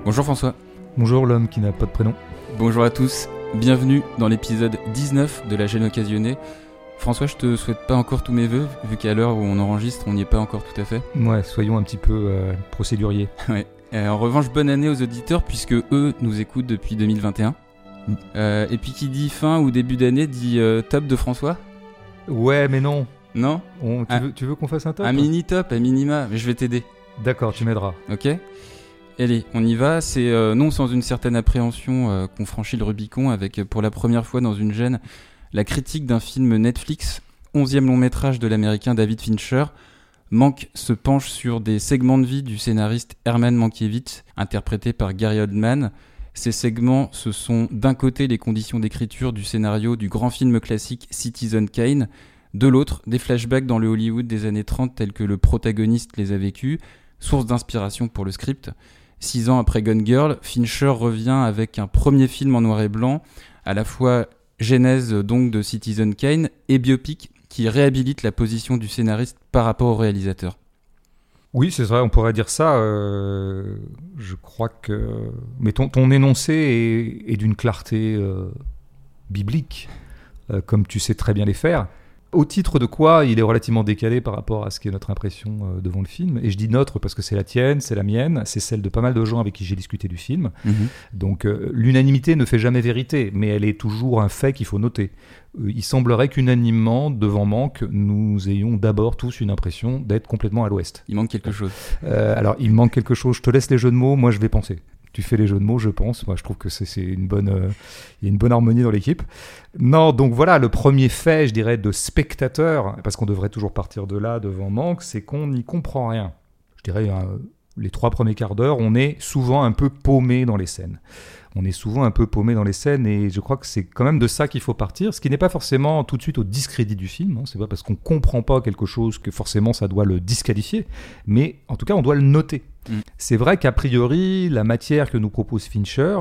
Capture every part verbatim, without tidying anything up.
Bonjour François. Bonjour l'homme qui n'a pas de prénom. Bonjour à tous, bienvenue dans l'épisode dix-neuf de La Gêne Occasionnée. François, je te souhaite pas encore tous mes vœux, vu qu'à l'heure où on enregistre, on n'y est pas encore tout à fait. Ouais, soyons un petit peu euh, procéduriers. Ouais. Euh, en revanche, bonne année aux auditeurs, puisque eux nous écoutent depuis deux mille vingt et un. Mm. Euh, et puis qui dit fin ou début d'année dit euh, top de François. Ouais, mais non. Non on, tu, ah. veux, tu veux qu'on fasse un top? Un mini-top, un minima, mais je vais t'aider. D'accord, tu m'aideras. Ok. Allez, on y va. C'est euh, non sans une certaine appréhension euh, qu'on franchit le Rubicon avec, pour la première fois dans une gêne, la critique d'un film Netflix, onzième long métrage de l'américain David Fincher. Manque se penche sur des segments de vie du scénariste Herman Mankiewicz, interprété par Gary Oldman. Ces segments, ce sont d'un côté les conditions d'écriture du scénario du grand film classique Citizen Kane, de l'autre des flashbacks dans le Hollywood des années trente tels que le protagoniste les a vécus, source d'inspiration pour le script. Six ans après Gone Girl, Fincher revient avec un premier film en noir et blanc, à la fois genèse donc de Citizen Kane et biopic qui réhabilite la position du scénariste par rapport au réalisateur. Oui, c'est vrai, on pourrait dire ça. Euh, je crois que... Mais ton, ton énoncé est, est d'une clarté euh, biblique, euh, comme tu sais très bien les faire. Au titre de quoi il est relativement décalé par rapport à ce qui est notre impression euh, devant le film. Et je dis notre parce que c'est la tienne, c'est la mienne, c'est celle de pas mal de gens avec qui j'ai discuté du film. Mmh. Donc euh, l'unanimité ne fait jamais vérité, mais elle est toujours un fait qu'il faut noter. Euh, il semblerait qu'unanimement, devant Manque, nous ayons d'abord tous une impression d'être complètement à l'ouest. Il manque quelque chose. Euh, alors il manque quelque chose, je te laisse les jeux de mots, moi je vais penser. Tu fais les jeux de mots, je pense. Moi, je trouve que c'est, c'est une bonne, euh, il y a une bonne harmonie dans l'équipe. Non, donc voilà, le premier fait, je dirais, de spectateur, parce qu'on devrait toujours partir de là devant Manque, c'est qu'on n'y comprend rien. Je dirais, euh, les trois premiers quarts d'heure, on est souvent un peu paumé dans les scènes. On est souvent un peu paumé dans les scènes et je crois que c'est quand même de ça qu'il faut partir, ce qui n'est pas forcément tout de suite au discrédit du film, hein. C'est pas parce qu'on comprend pas quelque chose que forcément ça doit le disqualifier, mais en tout cas on doit le noter. Mm. C'est vrai qu'a priori, la matière que nous propose Fincher,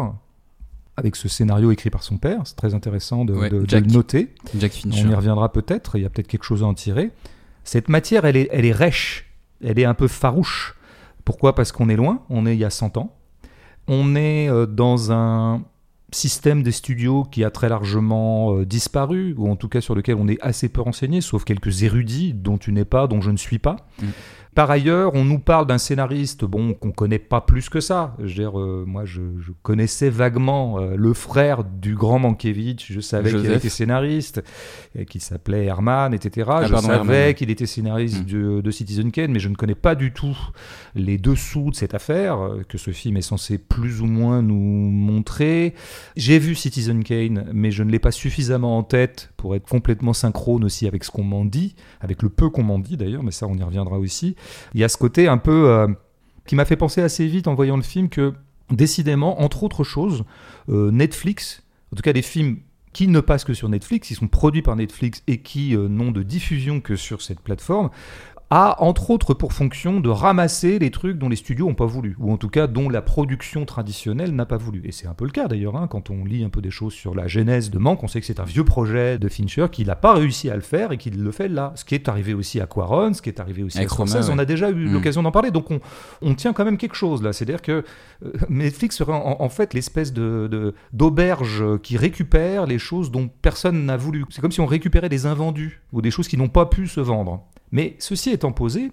avec ce scénario écrit par son père, c'est très intéressant de, ouais, de, Jack, de le noter. Jack Fincher. On y reviendra peut-être, il y a peut-être quelque chose à en tirer. Cette matière, elle est, elle est rêche, elle est un peu farouche. Pourquoi ? Parce qu'on est loin, on est il y a cent ans. On est dans un système des studios qui a très largement euh, disparu, ou en tout cas sur lequel on est assez peu renseigné, sauf quelques érudits dont tu n'es pas, dont je ne suis pas. Mmh. Par ailleurs, on nous parle d'un scénariste bon, qu'on ne connaît pas plus que ça. Je veux dire, euh, moi, je, je connaissais vaguement euh, le frère du grand Mankiewicz. Je savais Joseph. qu'il était scénariste, euh, qu'il s'appelait Herman, et cetera. Ah, je pardon, savais Herman. qu'il était scénariste mmh. de, de Citizen Kane, mais je ne connais pas du tout les dessous de cette affaire, euh, que ce film est censé plus ou moins nous montrer. J'ai vu Citizen Kane, mais je ne l'ai pas suffisamment en tête pour être complètement synchrone aussi avec ce qu'on m'en dit, avec le peu qu'on m'en dit d'ailleurs, mais ça, on y reviendra aussi. Il y a ce côté un peu euh, qui m'a fait penser assez vite en voyant le film que, décidément, entre autres choses, euh, Netflix, en tout cas des films qui ne passent que sur Netflix, ils sont produits par Netflix et qui euh, n'ont de diffusion que sur cette plateforme, a entre autres pour fonction de ramasser les trucs dont les studios n'ont pas voulu, ou en tout cas dont la production traditionnelle n'a pas voulu. Et c'est un peu le cas d'ailleurs, hein, quand on lit un peu des choses sur la genèse de Manque, on sait que c'est un vieux projet de Fincher qui n'a pas réussi à le faire et qu'il le fait là. Ce qui est arrivé aussi à Cuarón, ce qui est arrivé aussi Avec à Scorsese, ouais. On a déjà eu mmh. l'occasion d'en parler, donc on, on tient quand même quelque chose là. C'est-à-dire que euh, Netflix serait en, en fait l'espèce de, de, d'auberge qui récupère les choses dont personne n'a voulu. C'est comme si on récupérait des invendus ou des choses qui n'ont pas pu se vendre. Mais ceci étant posé,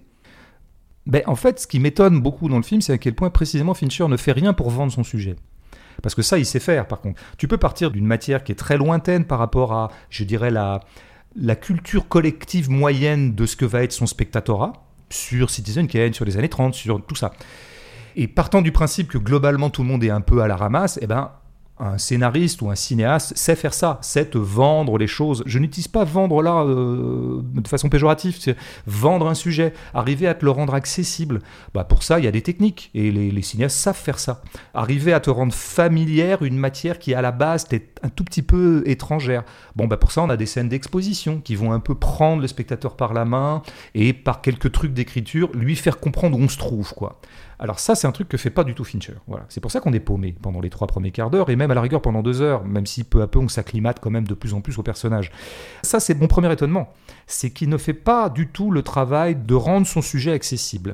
ben en fait, ce qui m'étonne beaucoup dans le film, c'est à quel point précisément Fincher ne fait rien pour vendre son sujet. Parce que ça, il sait faire, par contre. Tu peux partir d'une matière qui est très lointaine par rapport à, je dirais, la, la culture collective moyenne de ce que va être son spectatorat, sur Citizen Kane, sur les années trente, sur tout ça. Et partant du principe que globalement tout le monde est un peu à la ramasse, eh ben, un scénariste ou un cinéaste sait faire ça, sait te vendre les choses. Je n'utilise pas vendre là euh, de façon péjorative, c'est vendre un sujet, arriver à te le rendre accessible. Bah pour ça, il y a des techniques et les, les cinéastes savent faire ça. Arriver à te rendre familière une matière qui à la base t'est un tout petit peu étrangère. Bon bah pour ça, on a des scènes d'exposition qui vont un peu prendre le spectateur par la main et par quelques trucs d'écriture lui faire comprendre où on se trouve, quoi. Alors ça, c'est un truc que fait pas du tout Fincher. Voilà. C'est pour ça qu'on est paumé pendant les trois premiers quarts d'heure, et même à la rigueur pendant deux heures, même si peu à peu on s'acclimate quand même de plus en plus au personnage. Ça, c'est mon premier étonnement. C'est qu'il ne fait pas du tout le travail de rendre son sujet accessible.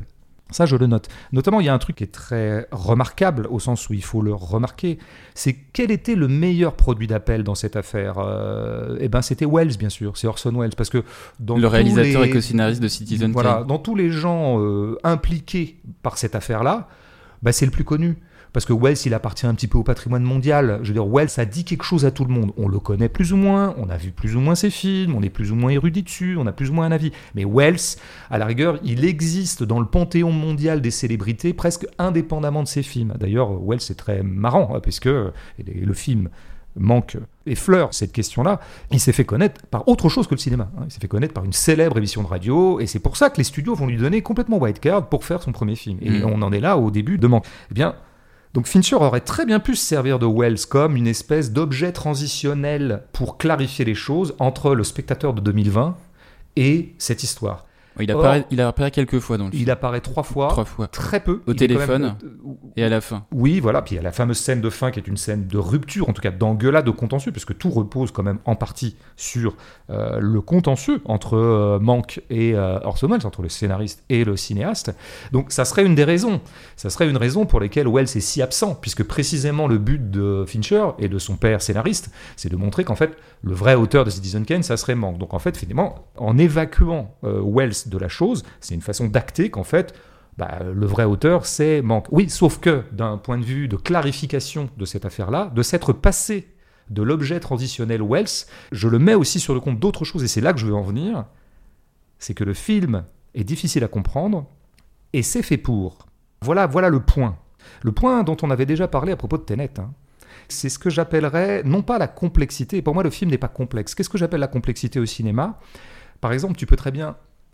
Ça, je le note. Notamment, il y a un truc qui est très remarquable, au sens où il faut le remarquer, c'est quel était le meilleur produit d'appel dans cette affaire euh, Eh bien, c'était Welles, bien sûr, c'est Orson Welles, parce que dans le réalisateur les... et co-scénariste de Citizen voilà, Kane. dans tous les gens euh, impliqués par cette affaire-là, bah, c'est le plus connu. Parce que Welles, il appartient un petit peu au patrimoine mondial. Je veux dire, Welles a dit quelque chose à tout le monde. On le connaît plus ou moins, on a vu plus ou moins ses films, on est plus ou moins érudit dessus, on a plus ou moins un avis. Mais Welles, à la rigueur, il existe dans le panthéon mondial des célébrités presque indépendamment de ses films. D'ailleurs, Welles, c'est très marrant, puisque le film manque effleure cette question-là. Il s'est fait connaître par autre chose que le cinéma. Il s'est fait connaître par une célèbre émission de radio, et c'est pour ça que les studios vont lui donner complètement white card pour faire son premier film. Et mmh. on en est là au début de Manque. Eh bien, donc Fincher aurait très bien pu se servir de Welles comme une espèce d'objet transitionnel pour clarifier les choses entre le spectateur de deux mille vingt et cette histoire. Il apparaît, Or, il apparaît quelques fois dans le film. Il apparaît trois fois, trois fois. très peu. Au il téléphone même... et à la fin. Oui, voilà. Puis il y a la fameuse scène de fin qui est une scène de rupture, en tout cas d'engueulade, de contentieux, parce que tout repose quand même en partie sur euh, le contentieux entre euh, Mank et euh, Orson Welles, entre le scénariste et le cinéaste. Donc ça serait une des raisons. Ça serait une raison pour lesquelles Welles est si absent, puisque précisément le but de Fincher et de son père scénariste, c'est de montrer qu'en fait, le vrai auteur de Citizen Kane, ça serait Mank. Donc en fait, finalement, en évacuant euh, Welles de la chose, c'est une façon d'acter qu'en fait, bah, le vrai auteur, c'est Mank. Oui, sauf que, d'un point de vue de clarification de cette affaire-là, de s'être passé de l'objet transitionnel Welles, je le mets aussi sur le compte d'autres choses, et c'est là que je veux en venir, c'est que le film est difficile à comprendre, et c'est fait pour. Voilà, voilà le point. Le point dont on avait déjà parlé à propos de Tenet. Hein. C'est ce que j'appellerais, non pas la complexité, pour moi le film n'est pas complexe. Qu'est-ce que j'appelle la complexité au cinéma ? Par exemple, tu peux très bien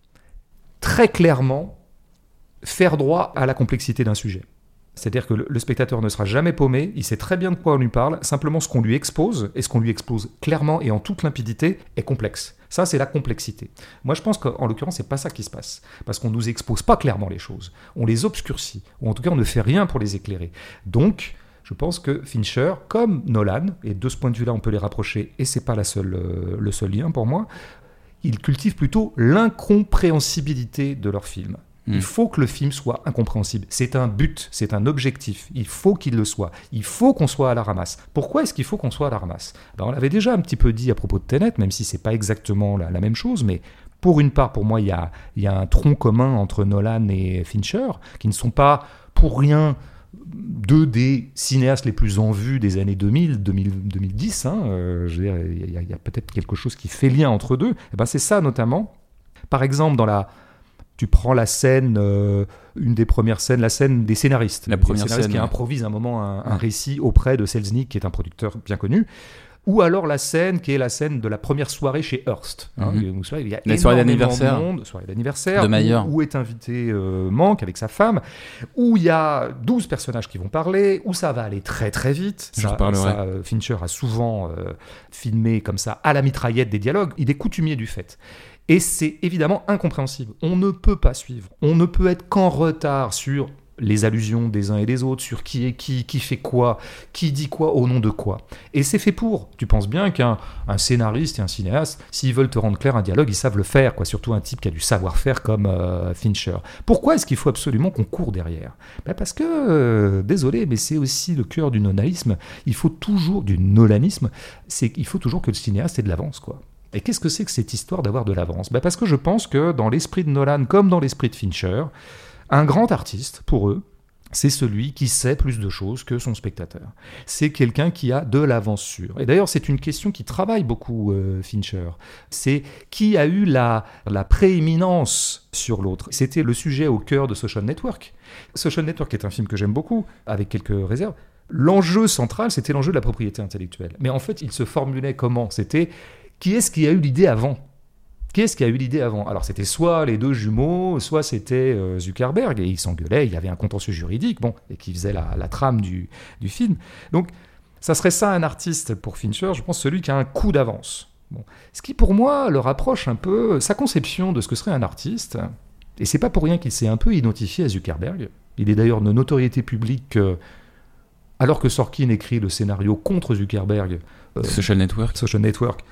très clairement faire droit à la complexité d'un sujet. C'est-à-dire que le, le spectateur ne sera jamais paumé, il sait très bien de quoi on lui parle, simplement ce qu'on lui expose, et ce qu'on lui expose clairement et en toute limpidité, est complexe. Ça, c'est la complexité. Moi, je pense qu'en l'occurrence, c'est pas ça qui se passe. Parce qu'on nous expose pas clairement les choses. On les obscurcit, ou en tout cas, on ne fait rien pour les éclairer. Donc, je pense que Fincher, comme Nolan, et de ce point de vue-là, on peut les rapprocher, et c'est pas la seule, euh, le seul lien pour moi, ils cultivent plutôt l'incompréhensibilité de leur film. Mmh. Il faut que le film soit incompréhensible. C'est un but, c'est un objectif. Il faut qu'il le soit. Il faut qu'on soit à la ramasse. Pourquoi est-ce qu'il faut qu'on soit à la ramasse ? Ben, on l'avait déjà un petit peu dit à propos de Tenet, même si c'est pas exactement la, la même chose, mais pour une part, pour moi, il y a, y a un tronc commun entre Nolan et Fincher, qui ne sont pas pour rien deux des cinéastes les plus en vue des années deux mille, deux mille, deux mille dix, hein, euh, je veux dire, il y, y a peut-être quelque chose qui fait lien entre deux. Et ben c'est ça notamment. Par exemple, dans la, tu prends la scène, euh, une des premières scènes, la scène des scénaristes, la des première scénaristes scène, qui ouais. improvisent un moment un, un récit auprès de Selznick, qui est un producteur bien connu. Ou alors la scène qui est la scène de la première soirée chez Hearst. Hein, mm-hmm. Vous savez, il y a la soirée d'anniversaire de monde, soirée d'anniversaire, de Mayer, où, où est invité euh, Mank avec sa femme, où il y a douze personnages qui vont parler, où ça va aller très très vite. Je ça, ça, euh, Fincher a souvent euh, filmé comme ça à la mitraillette des dialogues. Il est coutumier du fait. Et c'est évidemment incompréhensible. On ne peut pas suivre. On ne peut être qu'en retard sur les allusions des uns et des autres, sur qui est qui, qui fait quoi, qui dit quoi, au nom de quoi. Et c'est fait pour. Tu penses bien qu'un un scénariste et un cinéaste, s'ils veulent te rendre clair un dialogue, ils savent le faire, quoi. Surtout un type qui a du savoir-faire comme euh, Fincher. Pourquoi est-ce qu'il faut absolument qu'on court derrière ? Ben parce que, euh, désolé, mais c'est aussi le cœur du nolanisme. Il faut toujours, du nolanisme, c'est qu'il faut toujours que le cinéaste ait de l'avance, quoi. Et qu'est-ce que c'est que cette histoire d'avoir de l'avance ? Ben parce que je pense que dans l'esprit de Nolan, comme dans l'esprit de Fincher, un grand artiste, pour eux, c'est celui qui sait plus de choses que son spectateur. C'est quelqu'un qui a de l'avance sûre. Et d'ailleurs, c'est une question qui travaille beaucoup euh, Fincher. C'est qui a eu la, la prééminence sur l'autre. C'était le sujet au cœur de Social Network. Social Network est un film que j'aime beaucoup, avec quelques réserves. L'enjeu central, c'était l'enjeu de la propriété intellectuelle. Mais en fait, il se formulait comment ? C'était qui est-ce qui a eu l'idée avant ? Qui est-ce qui a eu l'idée avant ? Alors, c'était soit les deux jumeaux, soit c'était euh, Zuckerberg, et ils s'engueulaient, il y avait un contentieux juridique, bon, et qui faisait la, la trame du, du film. Donc, ça serait ça un artiste pour Fincher, je pense, celui qui a un coup d'avance. Bon. Ce qui, pour moi, le rapproche un peu, sa conception de ce que serait un artiste, et c'est pas pour rien qu'il s'est un peu identifié à Zuckerberg. Il est d'ailleurs de notoriété publique, euh, alors que Sorkin écrit le scénario contre Zuckerberg. Euh, Social Network. Social Network.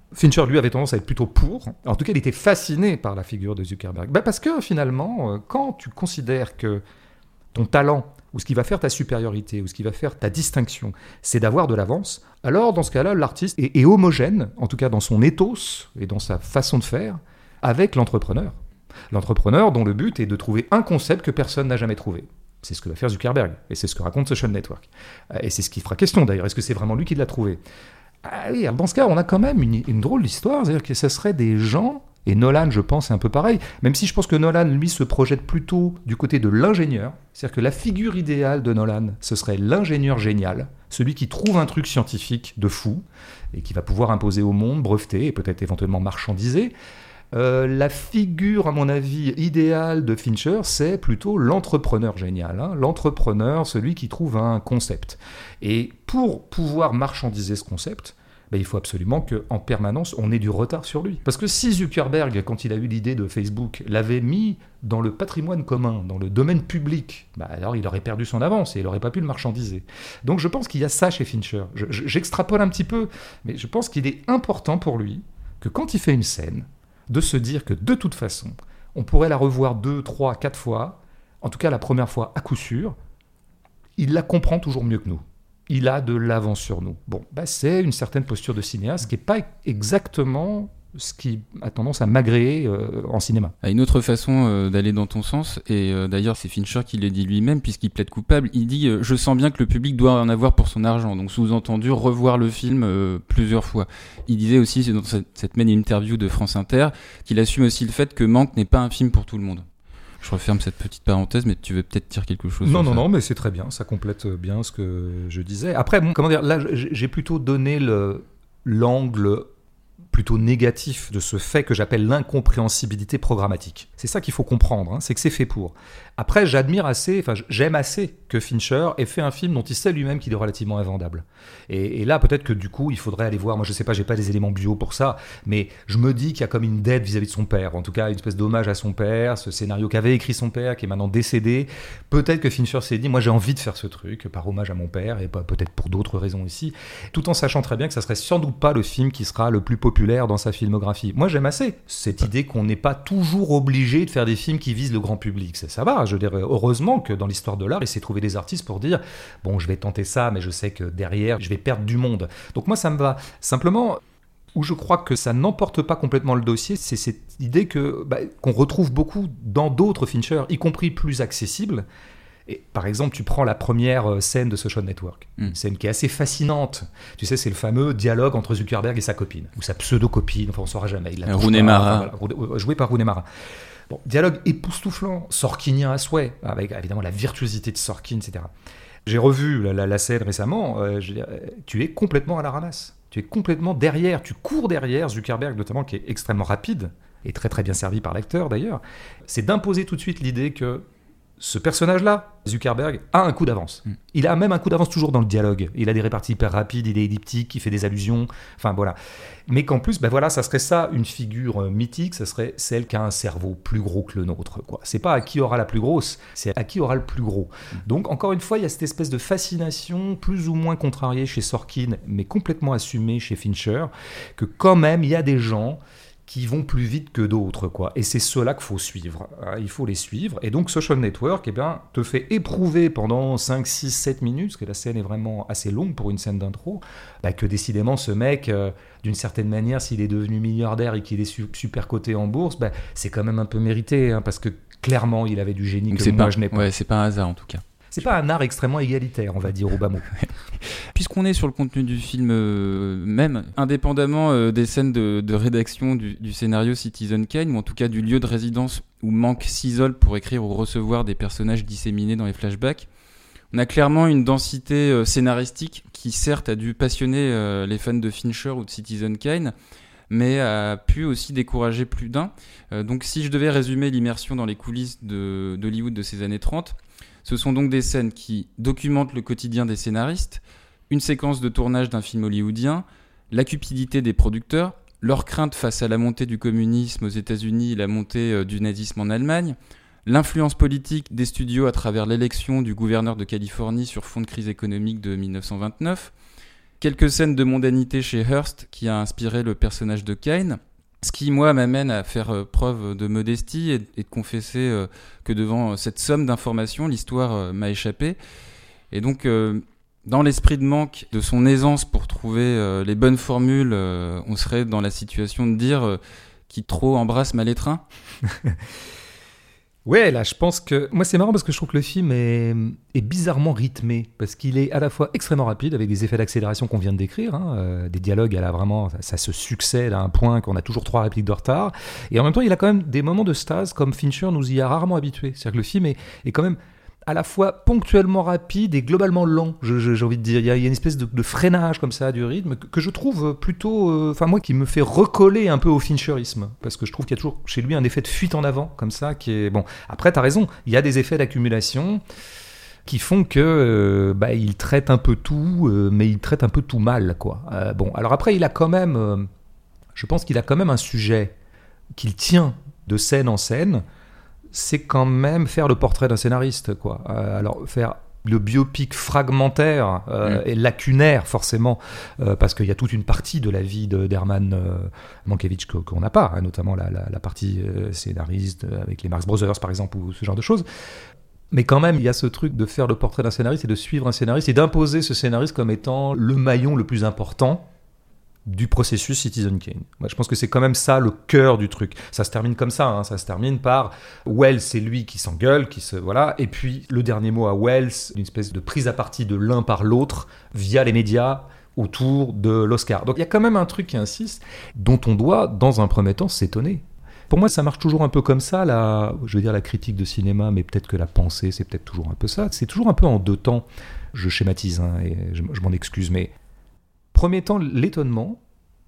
Fincher, lui, avait tendance à être plutôt pour. En tout cas, il était fasciné par la figure de Zuckerberg. Bah parce que finalement, quand tu considères que ton talent, ou ce qui va faire ta supériorité, ou ce qui va faire ta distinction, c'est d'avoir de l'avance, alors dans ce cas-là, l'artiste est, est homogène, en tout cas dans son ethos et dans sa façon de faire, avec l'entrepreneur. L'entrepreneur dont le but est de trouver un concept que personne n'a jamais trouvé. C'est ce que va faire Zuckerberg, et c'est ce que raconte Social Network. Et c'est ce qui fera question d'ailleurs, est-ce que c'est vraiment lui qui l'a trouvé ? Ah oui, dans ce cas, on a quand même une, une drôle d'histoire, c'est-à-dire que ce seraient des gens... Et Nolan, je pense, c'est un peu pareil, même si je pense que Nolan, lui, se projette plutôt du côté de l'ingénieur. C'est-à-dire que la figure idéale de Nolan, ce serait l'ingénieur génial, celui qui trouve un truc scientifique de fou, et qui va pouvoir imposer au monde, breveter, et peut-être éventuellement marchandiser. Euh, la figure, à mon avis, idéale de Fincher, c'est plutôt l'entrepreneur génial. Hein, l'entrepreneur, celui qui trouve un concept. Et pour pouvoir marchandiser ce concept, ben, il faut absolument qu'en permanence, on ait du retard sur lui. Parce que si Zuckerberg, quand il a eu l'idée de Facebook, l'avait mis dans le patrimoine commun, dans le domaine public, ben alors il aurait perdu son avance et il n'aurait pas pu le marchandiser. Donc je pense qu'il y a ça chez Fincher. Je, je, j'extrapole un petit peu, mais je pense qu'il est important pour lui que quand il fait une scène, de se dire que de toute façon, on pourrait la revoir deux, trois, quatre fois, en tout cas la première fois à coup sûr, il la comprend toujours mieux que nous. Il a de l'avance sur nous. Bon, bah c'est une certaine posture de cinéaste qui n'est pas exactement ce qui a tendance à m'agréer euh, en cinéma. Une autre façon euh, d'aller dans ton sens, et euh, d'ailleurs c'est Fincher qui le dit lui-même puisqu'il plaide coupable, il dit euh, « Je sens bien que le public doit en avoir pour son argent », donc sous-entendu revoir le film euh, plusieurs fois. Il disait aussi dans cette, cette même interview de France Inter qu'il assume aussi le fait que Manque n'est pas un film pour tout le monde. Je referme cette petite parenthèse, mais tu veux peut-être dire quelque chose? Non, non, ça. non, mais c'est très bien, ça complète bien ce que je disais. Après, bon, comment dire, là, j'ai plutôt donné le, l'angle plutôt négatif de ce fait que j'appelle l'incompréhensibilité programmatique. C'est ça qu'il faut comprendre, hein, c'est que c'est fait pour. Après, j'admire assez, enfin, j'aime assez que Fincher ait fait un film dont il sait lui-même qu'il est relativement invendable. Et, et là, peut-être que du coup, il faudrait aller voir, moi je sais pas, j'ai pas des éléments bio pour ça, mais je me dis qu'il y a comme une dette vis-à-vis de son père, en tout cas une espèce d'hommage à son père, ce scénario qu'avait écrit son père, qui est maintenant décédé. Peut-être que Fincher s'est dit, moi j'ai envie de faire ce truc, par hommage à mon père, et peut-être pour d'autres raisons aussi, tout en sachant très bien que ça serait sans doute pas le film qui sera le plus populaire dans sa filmographie. Moi j'aime assez cette idée qu'on n'est pas toujours obligé de faire des films qui visent le grand public. Ça, ça va, je dirais, heureusement que dans l'histoire de l'art, il s'est trouvé des artistes pour dire bon, je vais tenter ça, mais je sais que derrière, je vais perdre du monde. Donc moi, ça me va. Simplement, où je crois que ça n'emporte pas complètement le dossier, c'est cette idée que, bah, qu'on retrouve beaucoup dans d'autres Fincher, y compris plus accessibles. Et par exemple, tu prends la première scène de Social Network, mm. une scène qui est assez fascinante. Tu sais, c'est le fameux dialogue entre Zuckerberg et sa copine, ou sa pseudo-copine, enfin on ne saura jamais. Rooney Mara. Enfin, voilà, joué par Rooney Mara. Bon, dialogue époustouflant, sorkinien à souhait, avec évidemment la virtuosité de Sorkin, et cetera. J'ai revu la, la, la scène récemment, euh, je veux dire, tu es complètement à la ramasse. Tu es complètement derrière, tu cours derrière Zuckerberg notamment, qui est extrêmement rapide, et très très bien servi par l'acteur d'ailleurs. C'est d'imposer tout de suite l'idée que ce personnage-là, Zuckerberg, a un coup d'avance. Mm. Il a même un coup d'avance toujours dans le dialogue. Il a des réparties hyper rapides, il est elliptique, il fait des allusions, enfin voilà. Mais qu'en plus, ben voilà, ça serait ça, une figure mythique, ça serait celle qui a un cerveau plus gros que le nôtre, quoi. C'est pas à qui aura la plus grosse, c'est à qui aura le plus gros. Mm. Donc, encore une fois, il y a cette espèce de fascination, plus ou moins contrariée chez Sorkin, mais complètement assumée chez Fincher, que quand même, il y a des gens qui vont plus vite que d'autres, quoi. Et c'est ceux-là qu'il faut suivre. Il faut les suivre. Et donc, Social Network, eh bien, te fait éprouver pendant cinq, six, sept minutes, parce que la scène est vraiment assez longue pour une scène d'intro, bah, que décidément, ce mec, euh, d'une certaine manière, s'il est devenu milliardaire et qu'il est su- super coté en bourse, bah, c'est quand même un peu mérité, hein, parce que clairement, il avait du génie donc que moi, pas, je n'ai pas. Ouais, c'est pas un hasard, en tout cas. C'est pas un art extrêmement égalitaire, on va dire au bas mot. Puisqu'on est sur le contenu du film euh, même, indépendamment euh, des scènes de, de rédaction du, du scénario Citizen Kane, ou en tout cas du lieu de résidence où Mank s'isole pour écrire ou recevoir des personnages disséminés dans les flashbacks, on a clairement une densité euh, scénaristique qui certes a dû passionner euh, les fans de Fincher ou de Citizen Kane, mais a pu aussi décourager plus d'un. Euh, donc si je devais résumer l'immersion dans les coulisses de, d'Hollywood de ces années trente, ce sont donc des scènes qui documentent le quotidien des scénaristes, une séquence de tournage d'un film hollywoodien, la cupidité des producteurs, leur crainte face à la montée du communisme aux États-Unis et la montée du nazisme en Allemagne, l'influence politique des studios à travers l'élection du gouverneur de Californie sur fond de crise économique de dix-neuf cent vingt-neuf, quelques scènes de mondanité chez Hearst qui a inspiré le personnage de Kane. Ce qui, moi, m'amène à faire euh, preuve de modestie et, et de confesser euh, que devant euh, cette somme d'informations, l'histoire euh, m'a échappé. Et donc, euh, dans l'esprit de manque de son aisance pour trouver euh, les bonnes formules, euh, on serait dans la situation de dire euh, qui trop embrasse mal étreint. Ouais, là, je pense que... Moi, c'est marrant parce que je trouve que le film est, est bizarrement rythmé, parce qu'il est à la fois extrêmement rapide, avec des effets d'accélération qu'on vient de décrire, hein, euh, des dialogues, elle a vraiment, ça, ça se succède à un point qu'on a toujours trois répliques de retard, et en même temps, il a quand même des moments de stase, comme Fincher nous y a rarement habitués. C'est-à-dire que le film est, est quand même à la fois ponctuellement rapide et globalement lent, je, je, j'ai envie de dire. Il y a, il y a une espèce de, de freinage comme ça du rythme que, que je trouve plutôt... Enfin, euh, moi, qui me fait recoller un peu au Fincherisme, parce que je trouve qu'il y a toujours chez lui un effet de fuite en avant, comme ça, qui est... Bon, après, t'as raison, il y a des effets d'accumulation qui font que euh, bah, il traite un peu tout, euh, mais il traite un peu tout mal, quoi. Euh, bon, alors après, il a quand même... Euh, je pense qu'il a quand même un sujet qu'il tient de scène en scène, c'est quand même faire le portrait d'un scénariste, quoi. Euh, alors, faire le biopic fragmentaire euh, mmh. et lacunaire, forcément, euh, parce qu'il y a toute une partie de la vie de, d'Herman euh, Mankiewicz que, qu'on n'a pas, hein, notamment la, la, la partie euh, scénariste avec les Marx Brothers, par exemple, ou ce genre de choses. Mais quand même, il y a ce truc de faire le portrait d'un scénariste et de suivre un scénariste et d'imposer ce scénariste comme étant le maillon le plus important du processus Citizen Kane. Moi, je pense que c'est quand même ça le cœur du truc. Ça se termine comme ça, hein. Ça se termine par Welles, c'est lui qui s'engueule, qui se voilà, et puis le dernier mot à Welles, une espèce de prise à partie de l'un par l'autre via les médias autour de l'Oscar. Donc il y a quand même un truc qui insiste, dont on doit, dans un premier temps, s'étonner. Pour moi, ça marche toujours un peu comme ça, la, je veux dire la critique de cinéma, mais peut-être que la pensée, c'est peut-être toujours un peu ça. C'est toujours un peu en deux temps. Je schématise, hein, et je, je m'en excuse, mais premier temps, l'étonnement,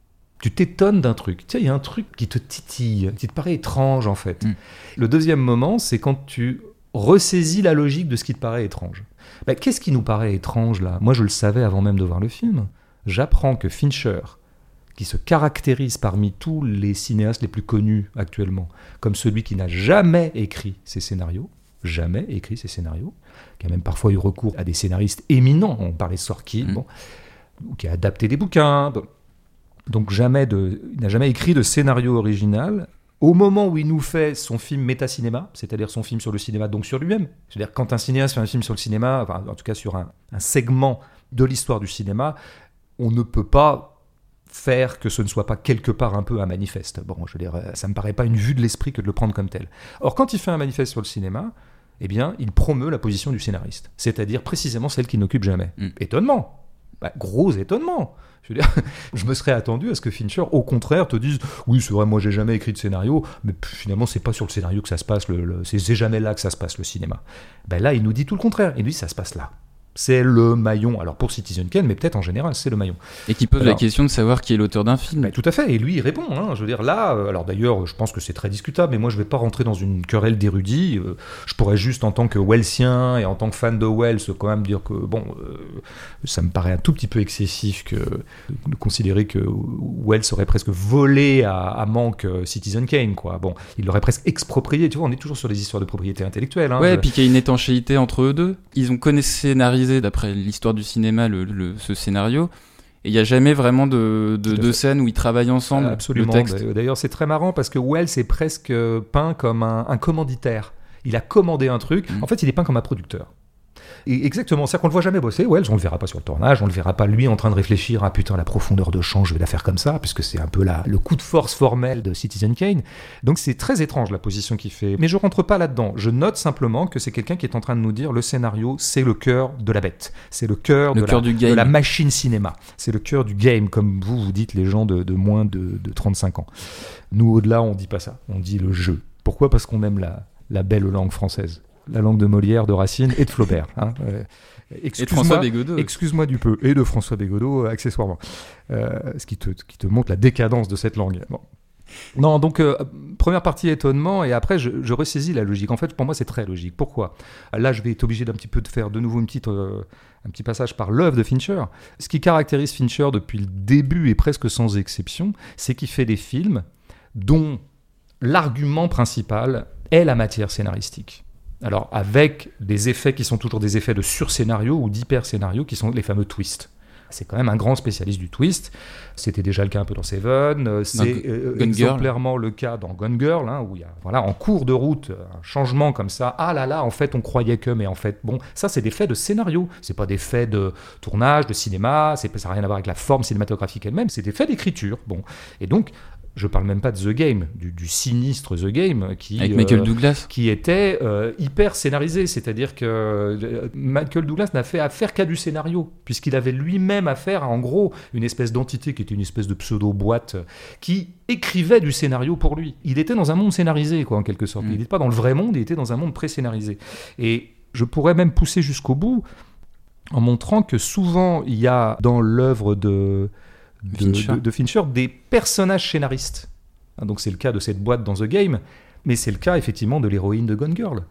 tu t'étonnes d'un truc. Tiens, il y a un truc qui te titille, qui te paraît étrange, en fait. Mm. Le deuxième moment, c'est quand tu ressaisis la logique de ce qui te paraît étrange. Ben, qu'est-ce qui nous paraît étrange, là ? Moi, je le savais avant même de voir le film. J'apprends que Fincher, qui se caractérise parmi tous les cinéastes les plus connus actuellement, comme celui qui n'a jamais écrit ses scénarios, jamais écrit ses scénarios, qui a même parfois eu recours à des scénaristes éminents, on parlait de Sorkin, mm. bon, qui a adapté des bouquins, donc jamais de, il n'a jamais écrit de scénario original. Au moment où il nous fait son film métacinéma, c'est-à-dire son film sur le cinéma, donc sur lui-même, c'est-à-dire quand un cinéaste fait un film sur le cinéma, enfin, en tout cas sur un, un segment de l'histoire du cinéma, on ne peut pas faire que ce ne soit pas quelque part un peu un manifeste. Bon, je veux dire, ça me paraît pas une vue de l'esprit que de le prendre comme tel. Or, quand il fait un manifeste sur le cinéma, eh bien, il promeut la position du scénariste, c'est-à-dire précisément celle qu'il n'occupe jamais. Mm. Étonnement. Bah, gros étonnement. Je veux dire, je me serais attendu à ce que Fincher, au contraire, te dise « Oui, c'est vrai, moi, j'ai jamais écrit de scénario, mais pff, finalement, c'est pas sur le scénario que ça se passe, le, le, c'est, c'est jamais là que ça se passe, le cinéma. » Ben là, il nous dit tout le contraire. Il nous dit « Ça se passe là. » C'est le maillon. Alors pour Citizen Kane, mais peut-être en général, c'est le maillon. Et qui pose alors, la question de savoir qui est l'auteur d'un film. Bah, tout à fait. Et lui, il répond. Hein. Je veux dire, là, euh, alors d'ailleurs, je pense que c'est très discutable, mais moi, je ne vais pas rentrer dans une querelle d'érudits. Euh, je pourrais juste, en tant que Wellsien et en tant que fan de Wells, quand même dire que, bon, euh, ça me paraît un tout petit peu excessif que, de considérer que Wells aurait presque volé à, à Mank euh, Citizen Kane, quoi. Bon, il l'aurait presque exproprié. Tu vois, on est toujours sur des histoires de propriété intellectuelle. Hein. Ouais, je... et puis qu'il y a une étanchéité entre eux deux. Ils ont connaissé scénarisé, d'après l'histoire du cinéma, le, le, ce scénario, et il n'y a jamais vraiment de, de, de scène où ils travaillent ensemble. Absolument. Le texte. D'ailleurs, c'est très marrant parce que Wells est presque peint comme un, un commanditaire. Il a commandé un truc. Mmh. En fait, il est peint comme un producteur. Et exactement, c'est-à-dire qu'on le voit jamais bosser. Wells, on le verra pas sur le tournage, on le verra pas lui en train de réfléchir à ah, putain la profondeur de champ, je vais la faire comme ça, puisque c'est un peu la, le coup de force formel de Citizen Kane. Donc c'est très étrange la position qu'il fait. Mais je rentre pas là-dedans. Je note simplement que c'est quelqu'un qui est en train de nous dire le scénario, c'est le cœur de la bête, c'est le cœur, le de, cœur la, du game. de la machine cinéma, c'est le cœur du game, comme vous vous dites les gens de, de moins de, de trente-cinq ans. Nous au-delà, on dit pas ça, on dit le jeu. Pourquoi ? Parce qu'on aime la, la belle langue française. La langue de Molière, de Racine et de Flaubert. Hein. Euh, et de François Bégodeau. Excuse-moi du peu. Et de François Bégodeau, accessoirement. Euh, ce qui te, qui te montre la décadence de cette langue. Bon. Non, donc, euh, première partie étonnement, et après, je, je ressaisis la logique. En fait, pour moi, c'est très logique. Pourquoi ? Là, je vais être obligé d'un petit peu de faire de nouveau une petite, euh, un petit passage par l'œuvre de Fincher. Ce qui caractérise Fincher depuis le début, et presque sans exception, c'est qu'il fait des films dont l'argument principal est la matière scénaristique. Alors, avec des effets qui sont toujours des effets de sur-scénario ou d'hyper-scénario, qui sont les fameux twists. C'est quand même un grand spécialiste du twist. C'était déjà le cas un peu dans Seven. C'est euh, exemplairement le cas dans Gone Girl, hein, où il y a, voilà, en cours de route, un changement comme ça. Ah là là, en fait, on croyait que, mais en fait, bon, ça, c'est des faits de scénario. C'est pas des faits de tournage, de cinéma. C'est, ça n'a rien à voir avec la forme cinématographique elle-même. C'est des faits d'écriture. Bon, et donc. Je parle même pas de The Game, du, du sinistre The Game, qui, avec Michael euh, Douglas. qui était euh, hyper scénarisé. C'est-à-dire que euh, Michael Douglas n'a fait affaire qu'à du scénario, puisqu'il avait lui-même affaire à, en gros, une espèce d'entité qui était une espèce de pseudo-boîte qui écrivait du scénario pour lui. Il était dans un monde scénarisé, quoi, en quelque sorte. Mm. Il n'était pas dans le vrai monde, il était dans un monde pré-scénarisé. Et je pourrais même pousser jusqu'au bout en montrant que souvent, il y a dans l'œuvre de... De Fincher. De, de Fincher, des personnages scénaristes. Donc c'est le cas de cette boîte dans The Game, mais c'est le cas effectivement de l'héroïne de Gone Girl.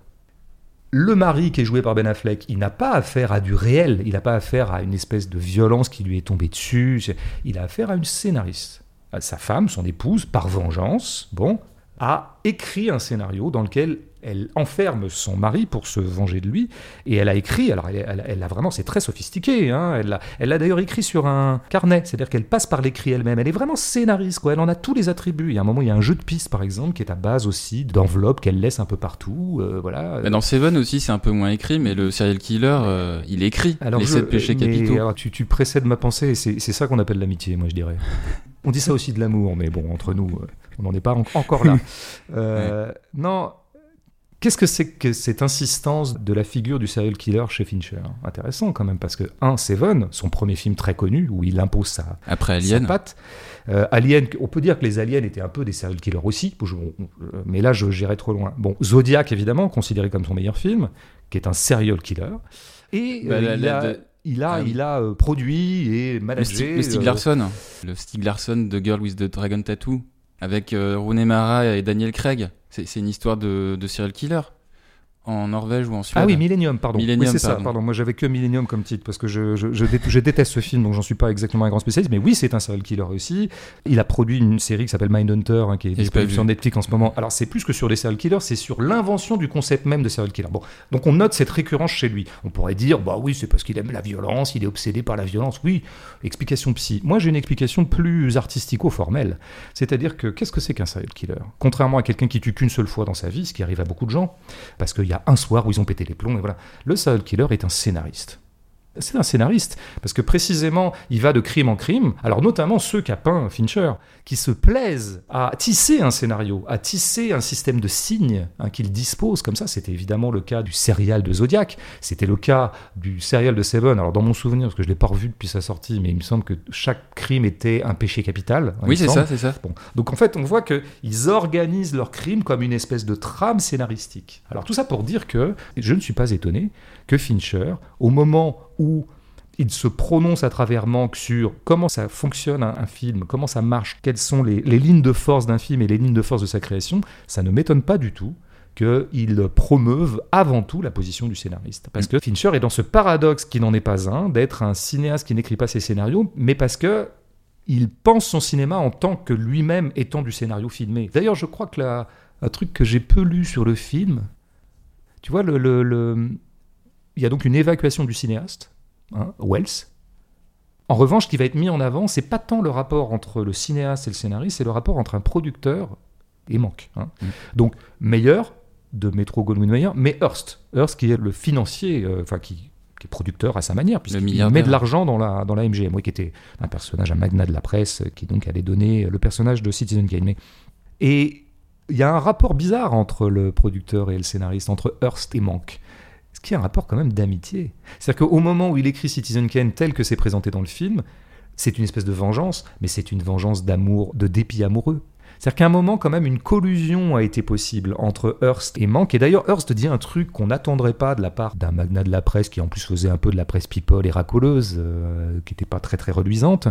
Le mari qui est joué par Ben Affleck, il n'a pas affaire à du réel, il n'a pas affaire à une espèce de violence qui lui est tombée dessus, il a affaire à une scénariste. Sa femme, son épouse, par vengeance, bon, a écrit un scénario dans lequel elle enferme son mari pour se venger de lui, et elle a écrit, alors elle, elle, elle a vraiment, c'est très sophistiqué, hein, elle l'a elle l'a d'ailleurs écrit sur un carnet, c'est-à-dire qu'elle passe par l'écrit elle-même, elle est vraiment scénariste, quoi. Elle en a tous les attributs. Il y a un moment, il y a un jeu de pistes, par exemple, qui est à base aussi d'enveloppes qu'elle laisse un peu partout, euh, voilà. Bah dans Seven aussi, c'est un peu moins écrit, mais le serial killer, euh, il écrit alors les je, sept péchés mais, capitaux. Alors, tu, tu précèdes ma pensée, et c'est, c'est ça qu'on appelle l'amitié, moi je dirais. On dit ça aussi de l'amour, mais bon, entre nous, on n'en est pas en- encore là. Euh, ouais. Non... Qu'est-ce que c'est que cette insistance de la figure du serial killer chez Fincher ? Intéressant quand même, parce que, un, Seven, son premier film très connu, où il impose sa, Après Alien. sa patte. Euh, Alien, on peut dire que les aliens étaient un peu des serial killers aussi, mais là, je, j'irais trop loin. Bon, Zodiac, évidemment, considéré comme son meilleur film, qui est un serial killer. Et bah, euh, la, il, la, a, de... il a, ah, oui. il a euh, produit et managé... Le, le Stieg Larsson, euh... le Stieg Larsson de Girl with the Dragon Tattoo, avec euh, Rooney Mara et Daniel Craig. C'est, c'est une histoire de, de serial killer en Norvège ou en Suède. Ah oui, Millennium, pardon. Millennium, oui, c'est pardon. ça, pardon. Moi, j'avais que Millennium comme titre parce que je, je, je, dé- je déteste ce film, donc j'en suis pas exactement un grand spécialiste. Mais oui, c'est un serial killer aussi. Il a produit une série qui s'appelle Mindhunter, hein, qui est disponible sur Netflix en ce moment. Alors, c'est plus que sur des serial killers, c'est sur l'invention du concept même de serial killer. Bon, donc on note cette récurrence chez lui. On pourrait dire, bah oui, c'est parce qu'il aime la violence, il est obsédé par la violence. Oui, explication psy. Moi, j'ai une explication plus artistico-formelle. C'est-à-dire que qu'est-ce que c'est qu'un serial killer ? Contrairement à quelqu'un qui tue qu'une seule fois dans sa vie, ce qui arrive à beaucoup de gens, parce qu'il y a un soir où ils ont pété les plombs, et voilà. Le serial killer est un scénariste. C'est un scénariste, parce que précisément, il va de crime en crime, alors notamment ceux qu'a peint Fincher, qui se plaisent à tisser un scénario, à tisser un système de signes hein, qu'il dispose comme ça. C'était évidemment le cas du serial de Zodiac, c'était le cas du serial de Seven. Alors dans mon souvenir, parce que je ne l'ai pas revu depuis sa sortie, mais il me semble que chaque crime était un péché capital. Oui, c'est ça, c'est ça. Bon. Donc en fait, on voit qu'ils organisent leur crime comme une espèce de trame scénaristique. Alors tout ça pour dire que je ne suis pas étonné que Fincher, au moment où il se prononce à travers Manque sur comment ça fonctionne un, un film, comment ça marche, quelles sont les, les lignes de force d'un film et les lignes de force de sa création, ça ne m'étonne pas du tout qu'il promeuve avant tout la position du scénariste. Parce que Fincher est dans ce paradoxe qui n'en est pas un, d'être un cinéaste qui n'écrit pas ses scénarios, mais parce que il pense son cinéma en tant que lui-même étant du scénario filmé. D'ailleurs, je crois que la, un truc que j'ai peu lu sur le film, tu vois, le... le, le il y a donc une évacuation du cinéaste, hein, Wells. En revanche, ce qui va être mis en avant, c'est pas tant le rapport entre le cinéaste et le scénariste, c'est le rapport entre un producteur et Manque. Hein. Mmh. Donc, Meyer, de Metro-Goldwyn-Mayer, mais Hearst. Hearst qui est le financier, euh, enfin qui, qui est producteur à sa manière, puisqu'il met de l'argent dans la, dans la M G M, oui, qui était un personnage, un magnat de la presse, qui donc allait donner le personnage de Citizen Kane. Mais... Et il y a un rapport bizarre entre le producteur et le scénariste, entre Hearst et Manque. Ce qui est un rapport quand même d'amitié. C'est-à-dire qu'au moment où il écrit Citizen Kane tel que c'est présenté dans le film, c'est une espèce de vengeance, mais c'est une vengeance d'amour, de dépit amoureux. C'est-à-dire qu'à un moment, quand même, une collusion a été possible entre Hearst et Manque. Et d'ailleurs, Hearst dit un truc qu'on n'attendrait pas de la part d'un magnat de la presse qui en plus faisait un peu de la presse people et racoleuse, euh, qui n'était pas très très reluisante.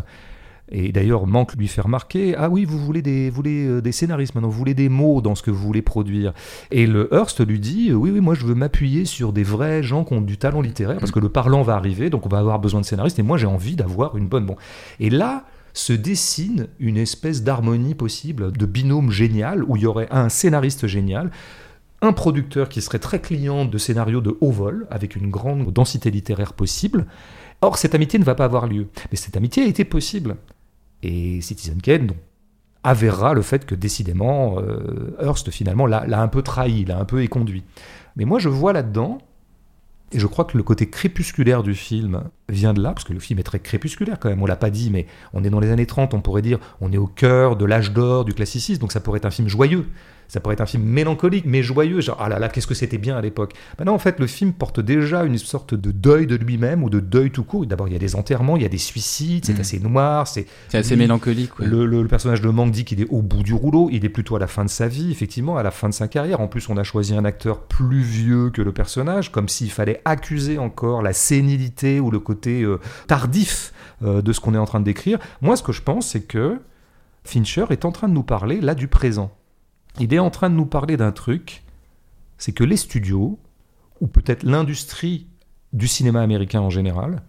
Et d'ailleurs, Manque lui fait remarquer, ah oui, vous voulez des, vous voulez euh, des scénaristes maintenant, vous voulez des mots dans ce que vous voulez produire. Et le Hearst lui dit, oui, oui, moi je veux m'appuyer sur des vrais gens qui ont du talent littéraire, parce que le parlant va arriver, donc on va avoir besoin de scénaristes, et moi j'ai envie d'avoir une bonne... Bon. Et là se dessine une espèce d'harmonie possible, de binôme génial, où il y aurait un scénariste génial, un producteur qui serait très client de scénarios de haut vol, avec une grande densité littéraire possible, Or, cette amitié ne va pas avoir lieu. Mais cette amitié a été possible. Et Citizen Kane avérera le fait que, décidément, euh, Hearst, finalement, l'a, l'a un peu trahi, l'a un peu éconduit. Mais moi, je vois là-dedans, et je crois que le côté crépusculaire du film vient de là, parce que le film est très crépusculaire quand même, on l'a pas dit, mais on est dans les années trente, on pourrait dire, on est au cœur de l'âge d'or du classicisme, donc ça pourrait être un film joyeux. Ça pourrait être un film mélancolique, mais joyeux, genre « Ah là là, qu'est-ce que c'était bien à l'époque !» Maintenant, en fait, le film porte déjà une sorte de deuil de lui-même, ou de deuil tout court. D'abord, il y a des enterrements, il y a des suicides, c'est mmh. assez noir. C'est, c'est assez lui, mélancolique. Ouais. Le, le, le personnage de Mank dit qu'il est au bout du rouleau, il est plutôt à la fin de sa vie, effectivement, à la fin de sa carrière. En plus, on a choisi un acteur plus vieux que le personnage, comme s'il fallait accuser encore la sénilité ou le côté euh, tardif euh, de ce qu'on est en train de décrire. Moi, ce que je pense, c'est que Fincher est en train de nous parler, là, du présent. Il est en train de nous parler d'un truc, c'est que les studios, ou peut-être l'industrie du cinéma américain en général,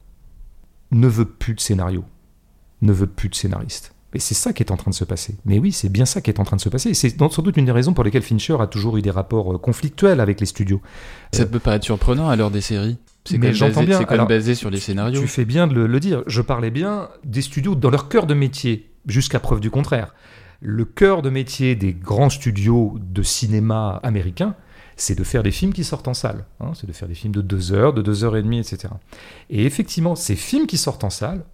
ne veut plus de scénario, ne veut plus de scénaristes. Et c'est ça qui est en train de se passer. Mais oui, c'est bien ça qui est en train de se passer. Et c'est sans doute une des raisons pour lesquelles Fincher a toujours eu des rapports conflictuels avec les studios. Ça euh, peut paraître surprenant à l'heure des séries. C'est mais j'entends basé, bien. C'est quand même basé sur les scénarios. Tu fais bien de le, le dire. Je parlais bien des studios dans leur cœur de métier, jusqu'à preuve du contraire. Le cœur de métier des grands studios de cinéma américains, c'est de faire des films qui sortent en salle. Hein, c'est de faire des films de deux heures, de deux heures et demie, et cetera. Et effectivement, ces films qui sortent en salle,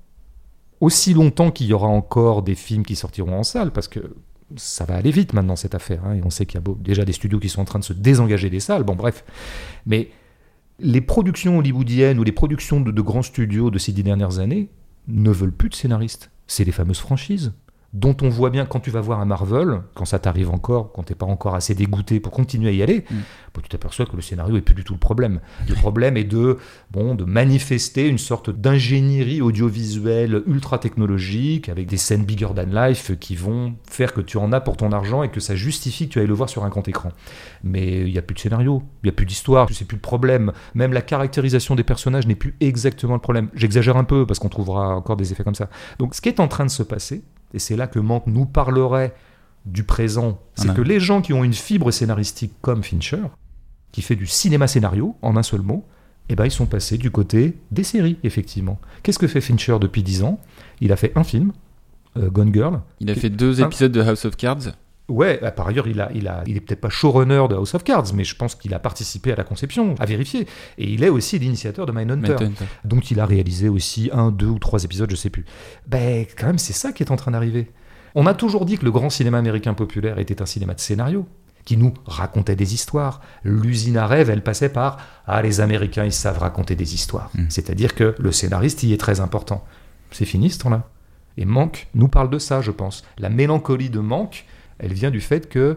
aussi longtemps qu'il y aura encore des films qui sortiront en salle, parce que ça va aller vite maintenant cette affaire, hein, et on sait qu'il y a beau, déjà des studios qui sont en train de se désengager des salles, bon bref. Mais les productions hollywoodiennes ou les productions de, de grands studios de ces dix dernières années ne veulent plus de scénaristes. C'est les fameuses franchises, dont on voit bien quand tu vas voir un Marvel, quand ça t'arrive encore, quand t'es pas encore assez dégoûté pour continuer à y aller, mm. bon, tu t'aperçois que le scénario est plus du tout le problème. Le problème est de, bon, de manifester une sorte d'ingénierie audiovisuelle ultra technologique, avec des scènes bigger than life qui vont faire que tu en as pour ton argent et que ça justifie que tu ailles le voir sur un grand écran. Mais il n'y a plus de scénario, il n'y a plus d'histoire, c'est plus le problème. Même la caractérisation des personnages n'est plus exactement le problème. J'exagère un peu parce qu'on trouvera encore des effets comme ça. Donc ce qui est en train de se passer, et c'est là que Mank nous parlerait du présent, c'est ah que les gens qui ont une fibre scénaristique comme Fincher, qui fait du cinéma-scénario, en un seul mot, eh ben ils sont passés du côté des séries, effectivement. Qu'est-ce que fait Fincher depuis dix ans ? Il a fait un film, euh, Gone Girl. Il a fait deux un... épisodes de House of Cards. Ouais, bah, par ailleurs, il, a, il, a, il est peut-être pas showrunner de House of Cards, mais je pense qu'il a participé à la conception, à vérifier. Et il est aussi l'initiateur de Mindhunter, Mindhunter. dont il a réalisé aussi un, deux ou trois épisodes, je sais plus. Ben, quand même, c'est ça qui est en train d'arriver. On a toujours dit que le grand cinéma américain populaire était un cinéma de scénario, qui nous racontait des histoires. L'usine à rêve, elle passait par « Ah, les Américains, ils savent raconter des histoires. Mmh. » C'est-à-dire que le scénariste y est très important. C'est fini, ce temps-là. Et Mank nous parle de ça, je pense. La mélancolie de Mank, elle vient du fait que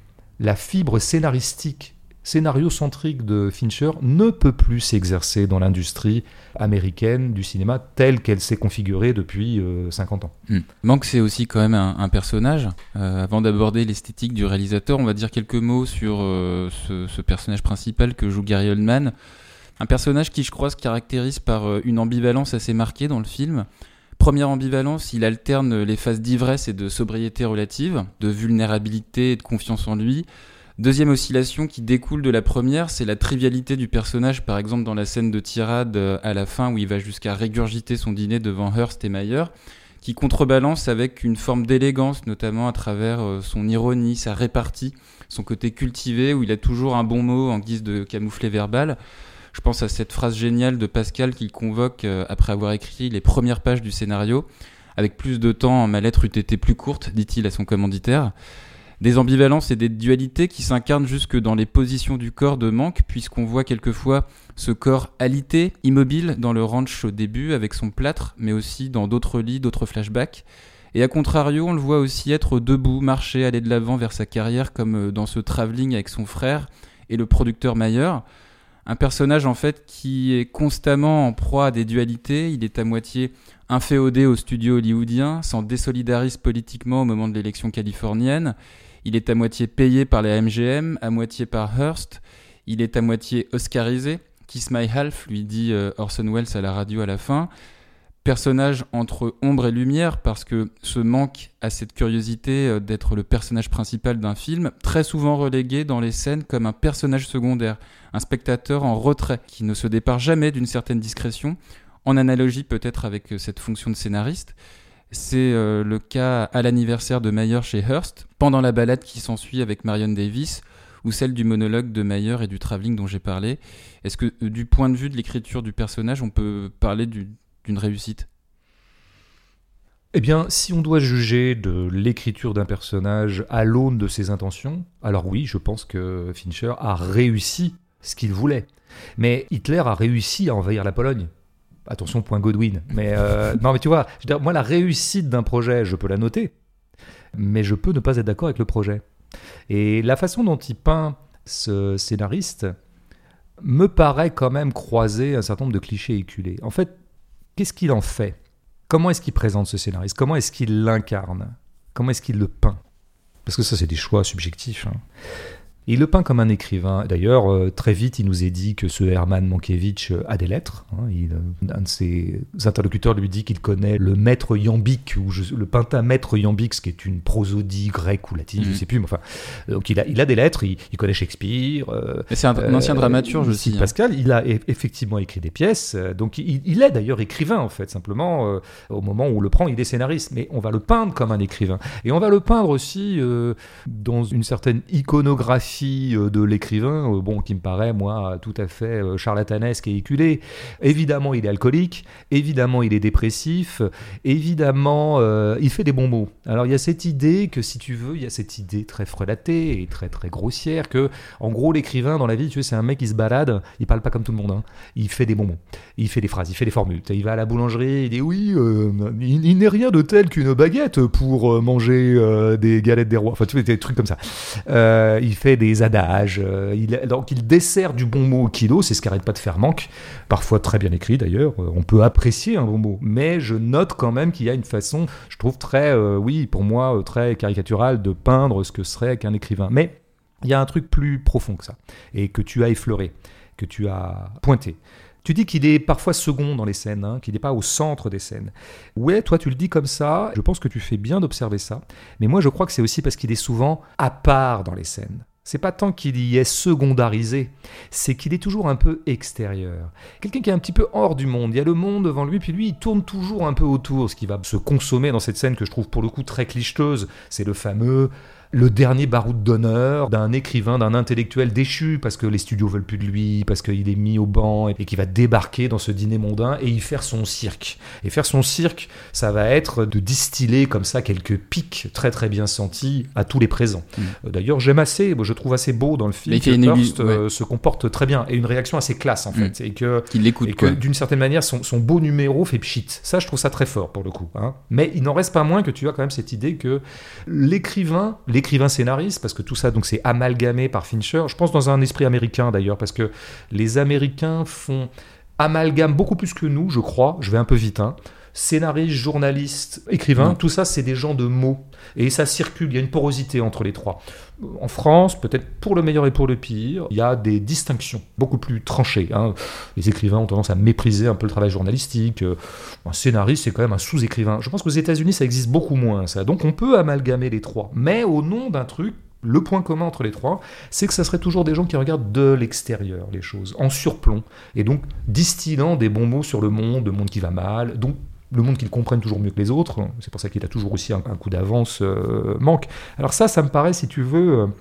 la fibre scénaristique, scénario-centrique de Fincher ne peut plus s'exercer dans l'industrie américaine du cinéma telle qu'elle s'est configurée depuis euh, cinquante ans. Mmh. Mank, c'est aussi quand même un, un personnage. Euh, avant d'aborder l'esthétique du réalisateur, on va dire quelques mots sur euh, ce, ce personnage principal que joue Gary Oldman. Un personnage qui, je crois, se caractérise par euh, une ambivalence assez marquée dans le film. Première ambivalence, il alterne les phases d'ivresse et de sobriété relative, de vulnérabilité et de confiance en lui. Deuxième oscillation qui découle de la première, c'est la trivialité du personnage, par exemple dans la scène de tirade à la fin où il va jusqu'à régurgiter son dîner devant Hearst et Mayer, qui contrebalance avec une forme d'élégance, notamment à travers son ironie, sa répartie, son côté cultivé où il a toujours un bon mot en guise de camouflet verbal. Je pense à cette phrase géniale de Pascal qu'il convoque euh, après avoir écrit les premières pages du scénario. Avec plus de temps, ma lettre eût été plus courte, dit-il à son commanditaire. Des ambivalences et des dualités qui s'incarnent jusque dans les positions du corps de Mank, puisqu'on voit quelquefois ce corps alité, immobile dans le ranch au début avec son plâtre, mais aussi dans d'autres lits, d'autres flashbacks. Et à contrario, on le voit aussi être debout, marcher, aller de l'avant vers sa carrière, comme dans ce travelling avec son frère et le producteur Mayer. Un personnage en fait qui est constamment en proie à des dualités. Il est à moitié inféodé au studio hollywoodien, s'en désolidarise politiquement au moment de l'élection californienne. Il est à moitié payé par la M G M, à moitié par Hearst. Il est à moitié oscarisé. Kiss My Half, lui dit euh, Orson Welles à la radio à la fin. Personnage entre ombre et lumière, parce que ce manque à cette curiosité d'être le personnage principal d'un film, très souvent relégué dans les scènes comme un personnage secondaire, un spectateur en retrait, qui ne se départ jamais d'une certaine discrétion, En analogie peut-être avec cette fonction de scénariste, c'est euh, le cas à l'anniversaire de Mayer chez Hearst, pendant la balade qui s'ensuit avec Marion Davies, ou celle du monologue de Mayer et du travelling dont j'ai parlé. Est-ce que euh, du point de vue de l'écriture du personnage, on peut parler du, d'une réussite ? Eh bien, si on doit juger de l'écriture d'un personnage à l'aune de ses intentions, alors oui, je pense que Fincher a réussi ce qu'il voulait. Mais Hitler a réussi à envahir la Pologne. Attention, point Godwin. Mais euh, non, mais tu vois, je veux dire, moi, la réussite d'un projet, je peux la noter, mais je peux ne pas être d'accord avec le projet. Et la façon dont il peint ce scénariste me paraît quand même croiser un certain nombre de clichés éculés. En fait, qu'est-ce qu'il en fait ? Comment est-ce qu'il présente ce scénariste ? Comment est-ce qu'il l'incarne ? Comment est-ce qu'il le peint ? Parce que ça, c'est des choix subjectifs. Hein. Il le peint comme un écrivain. D'ailleurs, euh, très vite, il nous est dit que ce Herman Mankiewicz euh, a des lettres. Hein. Il, un de ses interlocuteurs lui dit qu'il connaît le maître iambique, ou je, le pentamètre iambique, ce qui est une prosodie grecque ou latine, mmh. je ne sais plus. Mais enfin, donc il a, il a des lettres, il, il connaît Shakespeare. Euh, Et c'est un, euh, un ancien dramaturge aussi. Hein. Pascal, il a e- effectivement écrit des pièces. Euh, donc il, il est d'ailleurs écrivain, en fait. Simplement, euh, au moment où on le prend, il est scénariste. Mais on va le peindre comme un écrivain. Et on va le peindre aussi euh, dans une certaine iconographie de l'écrivain, bon, qui me paraît, moi, tout à fait charlatanesque et éculé. Évidemment, il est alcoolique, évidemment, il est dépressif, évidemment, euh, il fait des bons mots. Alors, il y a cette idée que, si tu veux, il y a cette idée très frelatée et très, très grossière que, en gros, l'écrivain, dans la vie, tu sais, c'est un mec qui se balade, il parle pas comme tout le monde, hein. Il fait des bons mots, il fait des phrases, il fait des formules. Il va à la boulangerie, il dit, oui, euh, il, il n'est rien de tel qu'une baguette pour manger euh, des galettes des rois. Enfin, tu vois, des trucs comme ça. Euh, il fait des des adages, euh, il, donc il dessert du bon mot au kilo, c'est ce qui n'arrête pas de faire manque, parfois très bien écrit d'ailleurs, euh, on peut apprécier un bon mot, mais je note quand même qu'il y a une façon, je trouve très, euh, oui, pour moi, euh, très caricaturale de peindre ce que serait qu'un écrivain. Mais il y a un truc plus profond que ça, et que tu as effleuré, que tu as pointé. Tu dis qu'il est parfois second dans les scènes, hein, qu'il n'est pas au centre des scènes. Ouais, toi tu le dis comme ça, je pense que tu fais bien d'observer ça, mais moi je crois que c'est aussi parce qu'il est souvent à part dans les scènes. C'est pas tant qu'il y est secondarisé, c'est qu'il est toujours un peu extérieur. Quelqu'un qui est un petit peu hors du monde. Il y a le monde devant lui, puis lui, il tourne toujours un peu autour. Ce qui va se consommer dans cette scène que je trouve pour le coup très clicheteuse, c'est le fameux... le dernier baroud d'honneur d'un écrivain, d'un intellectuel déchu, parce que les studios veulent plus de lui, parce qu'il est mis au banc, et qu'il va débarquer dans ce dîner mondain et y faire son cirque. Et faire son cirque, ça va être de distiller comme ça quelques pics très très bien sentis à tous les présents. Mmh. D'ailleurs, j'aime assez, je trouve assez beau dans le film que Hearst ouais. se comporte très bien, et une réaction assez classe en fait, mmh. et que, qu'il l'écoute, et que d'une certaine manière, son, son beau numéro fait pchit. Ça, je trouve ça très fort pour le coup. Hein. Mais il n'en reste pas moins que tu as quand même cette idée que l'écrivain, l'écrivain écrivain scénariste, parce que tout ça donc c'est amalgamé par Fincher, je pense dans un esprit américain d'ailleurs, parce que les Américains font amalgame beaucoup plus que nous, je crois, je vais un peu vite, hein. Scénariste, journaliste, écrivain, mmh. tout ça c'est des gens de mots, et ça circule, il y a une porosité entre les trois. En France, peut-être pour le meilleur et pour le pire, il y a des distinctions beaucoup plus tranchées, hein. Les écrivains ont tendance à mépriser un peu le travail journalistique, un scénariste c'est quand même un sous-écrivain. Je pense qu'aux États-Unis ça existe beaucoup moins, ça. Donc on peut amalgamer les trois, mais au nom d'un truc, le point commun entre les trois, c'est que ça serait toujours des gens qui regardent de l'extérieur les choses, en surplomb, et donc distillant des bons mots sur le monde, le monde qui va mal, donc le monde qu'ils comprennent toujours mieux que les autres. C'est pour ça qu'il a toujours aussi un, un coup d'avance euh, manque. Alors ça, ça me paraît, si tu veux, euh,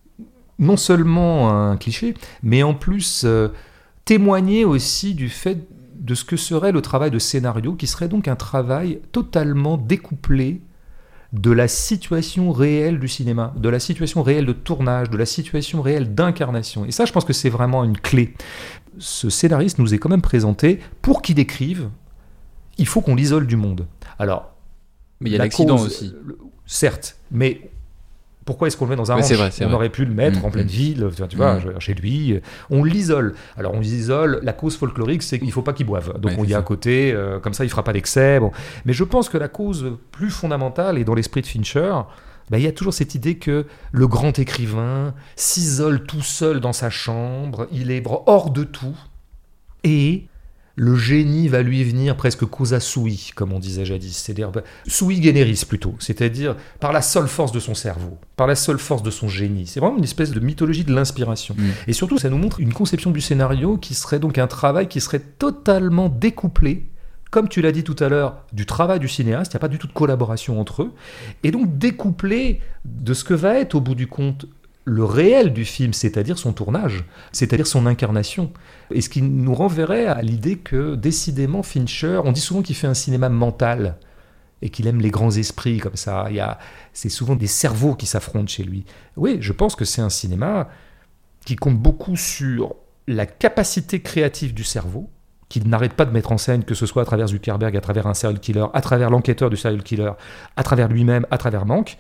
non seulement un cliché, mais en plus euh, témoigner aussi du fait de ce que serait le travail de scénario, qui serait donc un travail totalement découplé de la situation réelle du cinéma, de la situation réelle de tournage, de la situation réelle d'incarnation. Et ça, je pense que c'est vraiment une clé. Ce scénariste nous est quand même présenté, pour qu'il écrive, il faut qu'on l'isole du monde. Alors, mais il y a l'accident cause, aussi. Certes, mais pourquoi est-ce qu'on le met dans un ouais, ranch ? c'est vrai, c'est On vrai. aurait pu le mettre mmh, en pleine mmh. ville, tu vois, mmh. chez lui. On l'isole. Alors, on l'isole. La cause folklorique, c'est qu'il ne faut pas qu'il boive. Donc, ouais, on y a un côté, euh, comme ça, il ne fera pas d'excès. Bon. Mais je pense que la cause plus fondamentale, et dans l'esprit de Fincher, ben, il y a toujours cette idée que le grand écrivain s'isole tout seul dans sa chambre, il est hors de tout, et le génie va lui venir presque causa sui, comme on disait jadis, c'est-à-dire sui generis plutôt, c'est-à-dire par la seule force de son cerveau, par la seule force de son génie. C'est vraiment une espèce de mythologie de l'inspiration. Mmh. Et surtout, ça nous montre une conception du scénario qui serait donc un travail qui serait totalement découplé, comme tu l'as dit tout à l'heure, du travail du cinéaste. Il n'y a pas du tout de collaboration entre eux, et donc découplé de ce que va être au bout du compte le réel du film, c'est-à-dire son tournage, c'est-à-dire son incarnation. Et ce qui nous renverrait à l'idée que, décidément, Fincher, on dit souvent qu'il fait un cinéma mental et qu'il aime les grands esprits comme ça. Il y a, c'est souvent des cerveaux qui s'affrontent chez lui. Oui, je pense que c'est un cinéma qui compte beaucoup sur la capacité créative du cerveau, qu'il n'arrête pas de mettre en scène, que ce soit à travers Zuckerberg, à travers un serial killer, à travers l'enquêteur du serial killer, à travers lui-même, à travers Mank.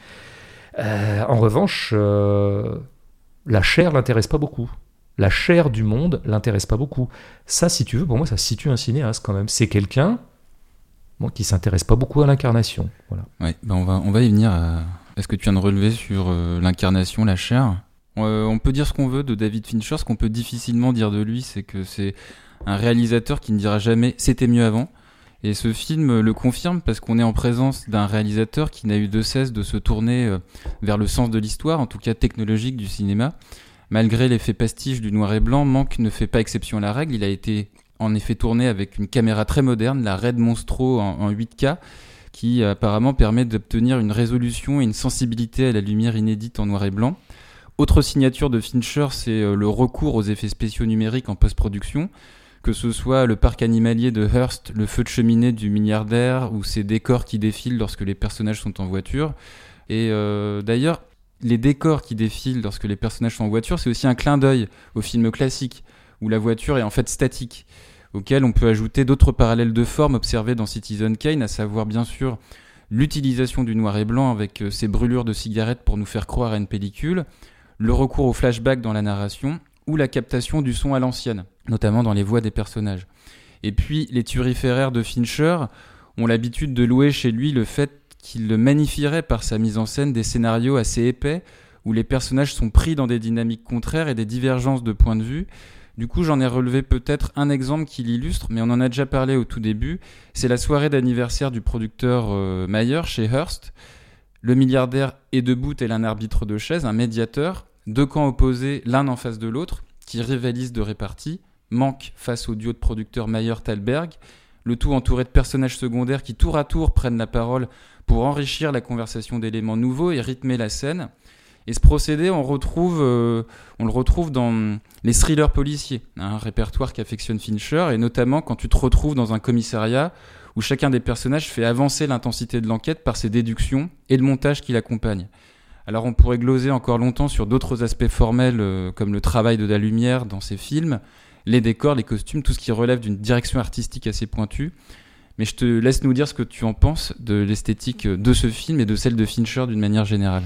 Euh, en revanche, euh, la chair l'intéresse pas beaucoup. La chair du monde l'intéresse pas beaucoup. Ça, si tu veux, pour moi, ça situe un cinéaste quand même. C'est quelqu'un bon, qui s'intéresse pas beaucoup à l'incarnation. Voilà. Ouais, ben on va on va y venir. À... Est-ce que tu viens de relever sur euh, l'incarnation, la chair ? euh, On peut dire ce qu'on veut de David Fincher. Ce qu'on peut difficilement dire de lui, c'est que c'est un réalisateur qui ne dira jamais « c'était mieux avant ». Et ce film le confirme parce qu'on est en présence d'un réalisateur qui n'a eu de cesse de se tourner vers le sens de l'histoire, en tout cas technologique du cinéma. Malgré l'effet pastiche du noir et blanc, Mank ne fait pas exception à la règle. Il a été en effet tourné avec une caméra très moderne, la Red Monstro en, en huit K, qui apparemment permet d'obtenir une résolution et une sensibilité à la lumière inédite en noir et blanc. Autre signature de Fincher, c'est le recours aux effets spéciaux numériques en post-production. Que ce soit le parc animalier de Hearst, le feu de cheminée du milliardaire ou ces décors qui défilent lorsque les personnages sont en voiture. Et euh, d'ailleurs, les décors qui défilent lorsque les personnages sont en voiture, c'est aussi un clin d'œil au film classique où la voiture est en fait statique, auquel on peut ajouter d'autres parallèles de forme observés dans Citizen Kane, à savoir bien sûr l'utilisation du noir et blanc avec ces brûlures de cigarettes pour nous faire croire à une pellicule, le recours au flashback dans la narration, ou la captation du son à l'ancienne, notamment dans les voix des personnages. Et puis, les turiféraires de Fincher ont l'habitude de louer chez lui le fait qu'il le magnifierait par sa mise en scène des scénarios assez épais, où les personnages sont pris dans des dynamiques contraires et des divergences de points de vue. Du coup, j'en ai relevé peut-être un exemple qui l'illustre, mais on en a déjà parlé au tout début. C'est la soirée d'anniversaire du producteur euh, Mayer chez Hearst. Le milliardaire est debout tel un arbitre de chaise, un médiateur, deux camps opposés l'un en face de l'autre, qui rivalisent de répartie, Mank face au duo de producteurs Mayer-Thalberg, le tout entouré de personnages secondaires qui tour à tour prennent la parole pour enrichir la conversation d'éléments nouveaux et rythmer la scène. Et ce procédé, on, retrouve, euh, on le retrouve dans les thrillers policiers, hein, un répertoire qu'affectionne Fincher, et notamment quand tu te retrouves dans un commissariat où chacun des personnages fait avancer l'intensité de l'enquête par ses déductions et le montage qui l'accompagne. Alors on pourrait gloser encore longtemps sur d'autres aspects formels euh, comme le travail de la lumière dans ces films, les décors, les costumes, tout ce qui relève d'une direction artistique assez pointue. Mais je te laisse nous dire ce que tu en penses de l'esthétique de ce film et de celle de Fincher d'une manière générale.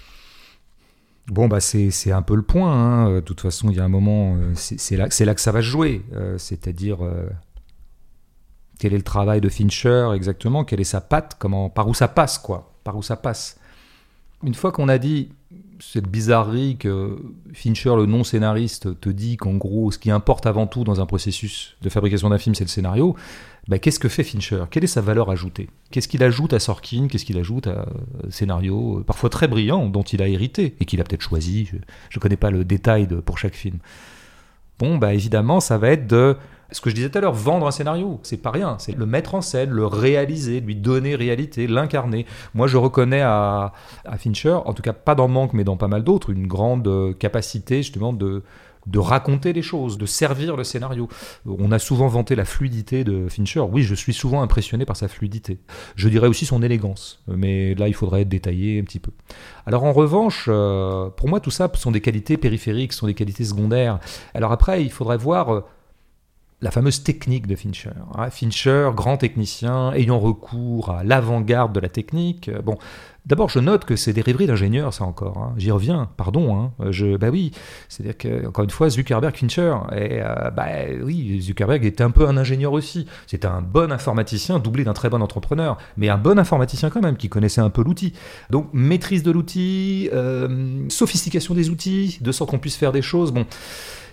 Bon, bah c'est, c'est un peu le point. Hein. De toute façon, il y a un moment, c'est, c'est, là, c'est là que ça va se jouer. Euh, c'est-à-dire, euh, quel est le travail de Fincher exactement ? Quelle est sa patte ? Comment, par où ça passe, quoi ? Par où ça passe ? Une fois qu'on a dit cette bizarrerie que Fincher, le non-scénariste, te dit qu'en gros, ce qui importe avant tout dans un processus de fabrication d'un film, c'est le scénario, bah, qu'est-ce que fait Fincher ? Quelle est sa valeur ajoutée ? Qu'est-ce qu'il ajoute à Sorkin ? Qu'est-ce qu'il ajoute à un scénario parfois très brillant, dont il a hérité, et qu'il a peut-être choisi ? Je ne connais pas le détail de, pour chaque film. Bon, bah, évidemment, ça va être de... Ce que je disais tout à l'heure, vendre un scénario, c'est pas rien. C'est le mettre en scène, le réaliser, lui donner réalité, l'incarner. Moi, je reconnais à, à Fincher, en tout cas pas dans Mank, mais dans pas mal d'autres, une grande capacité justement de, de raconter les choses, de servir le scénario. On a souvent vanté la fluidité de Fincher. Oui, je suis souvent impressionné par sa fluidité. Je dirais aussi son élégance, mais là, il faudrait être détaillé un petit peu. Alors en revanche, euh, pour moi, tout ça sont des qualités périphériques, sont des qualités secondaires. Alors après, il faudrait voir... Euh, la fameuse technique de Fincher. Fincher, grand technicien, ayant recours à l'avant-garde de la technique. Bon, d'abord, je note que c'est des rêveries d'ingénieurs, ça encore. Hein. J'y reviens, pardon. Hein. Je, bah oui, c'est-à-dire que, encore une fois, Zuckerberg, Fincher. Et euh, bah oui, Zuckerberg était un peu un ingénieur aussi. C'était un bon informaticien doublé d'un très bon entrepreneur, mais un bon informaticien quand même, qui connaissait un peu l'outil. Donc, maîtrise de l'outil, euh, sophistication des outils, de sorte qu'on puisse faire des choses. Bon.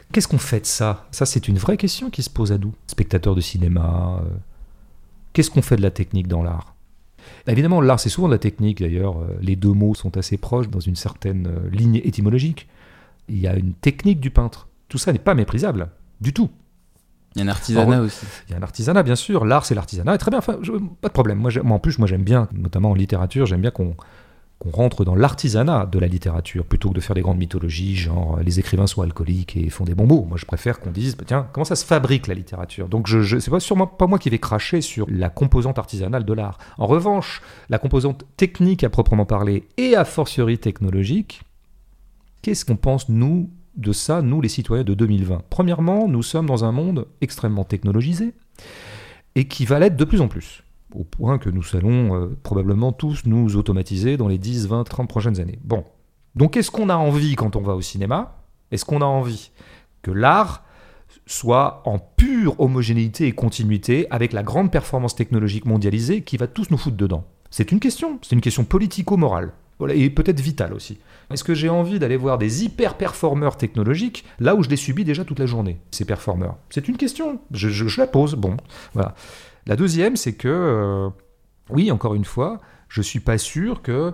Qu'est-ce qu'on fait de ça ? Ça, c'est une vraie question qui se pose à nous, spectateurs de cinéma. Euh, qu'est-ce qu'on fait de la technique dans l'art ? Évidemment, l'art, c'est souvent de la technique. D'ailleurs, euh, les deux mots sont assez proches dans une certaine euh, ligne étymologique. Il y a une technique du peintre. Tout ça n'est pas méprisable, du tout. Il y a un artisanat Alors, aussi. Il y a un artisanat, bien sûr. L'art, c'est l'artisanat. Et très bien, enfin, je, pas de problème. Moi, moi, en plus, moi, j'aime bien, notamment en littérature, j'aime bien qu'on, qu'on rentre dans l'artisanat de la littérature, plutôt que de faire des grandes mythologies, genre les écrivains sont alcooliques et font des bons mots. Moi, je préfère qu'on dise, bah, tiens, comment ça se fabrique la littérature ? Donc, je, je, c'est pas sûrement pas moi qui vais cracher sur la composante artisanale de l'art. En revanche, la composante technique à proprement parler, et a fortiori technologique, qu'est-ce qu'on pense, nous, de ça, nous les citoyens de deux mille vingt ? Premièrement, nous sommes dans un monde extrêmement technologisé et qui va l'être de plus en plus, au point que nous allons euh, probablement tous nous automatiser dans les dix, vingt, trente prochaines années. Bon, donc est-ce qu'on a envie quand on va au cinéma ? Est-ce qu'on a envie que l'art soit en pure homogénéité et continuité avec la grande performance technologique mondialisée qui va tous nous foutre dedans ? C'est une question, c'est une question politico-morale. Voilà, et peut-être vital aussi. Est-ce que j'ai envie d'aller voir des hyper-performeurs technologiques là où je les subis déjà toute la journée, ces performeurs ? C'est une question, je, je, je la pose. Bon, voilà. La deuxième, c'est que, euh, oui, encore une fois, je ne suis pas sûr que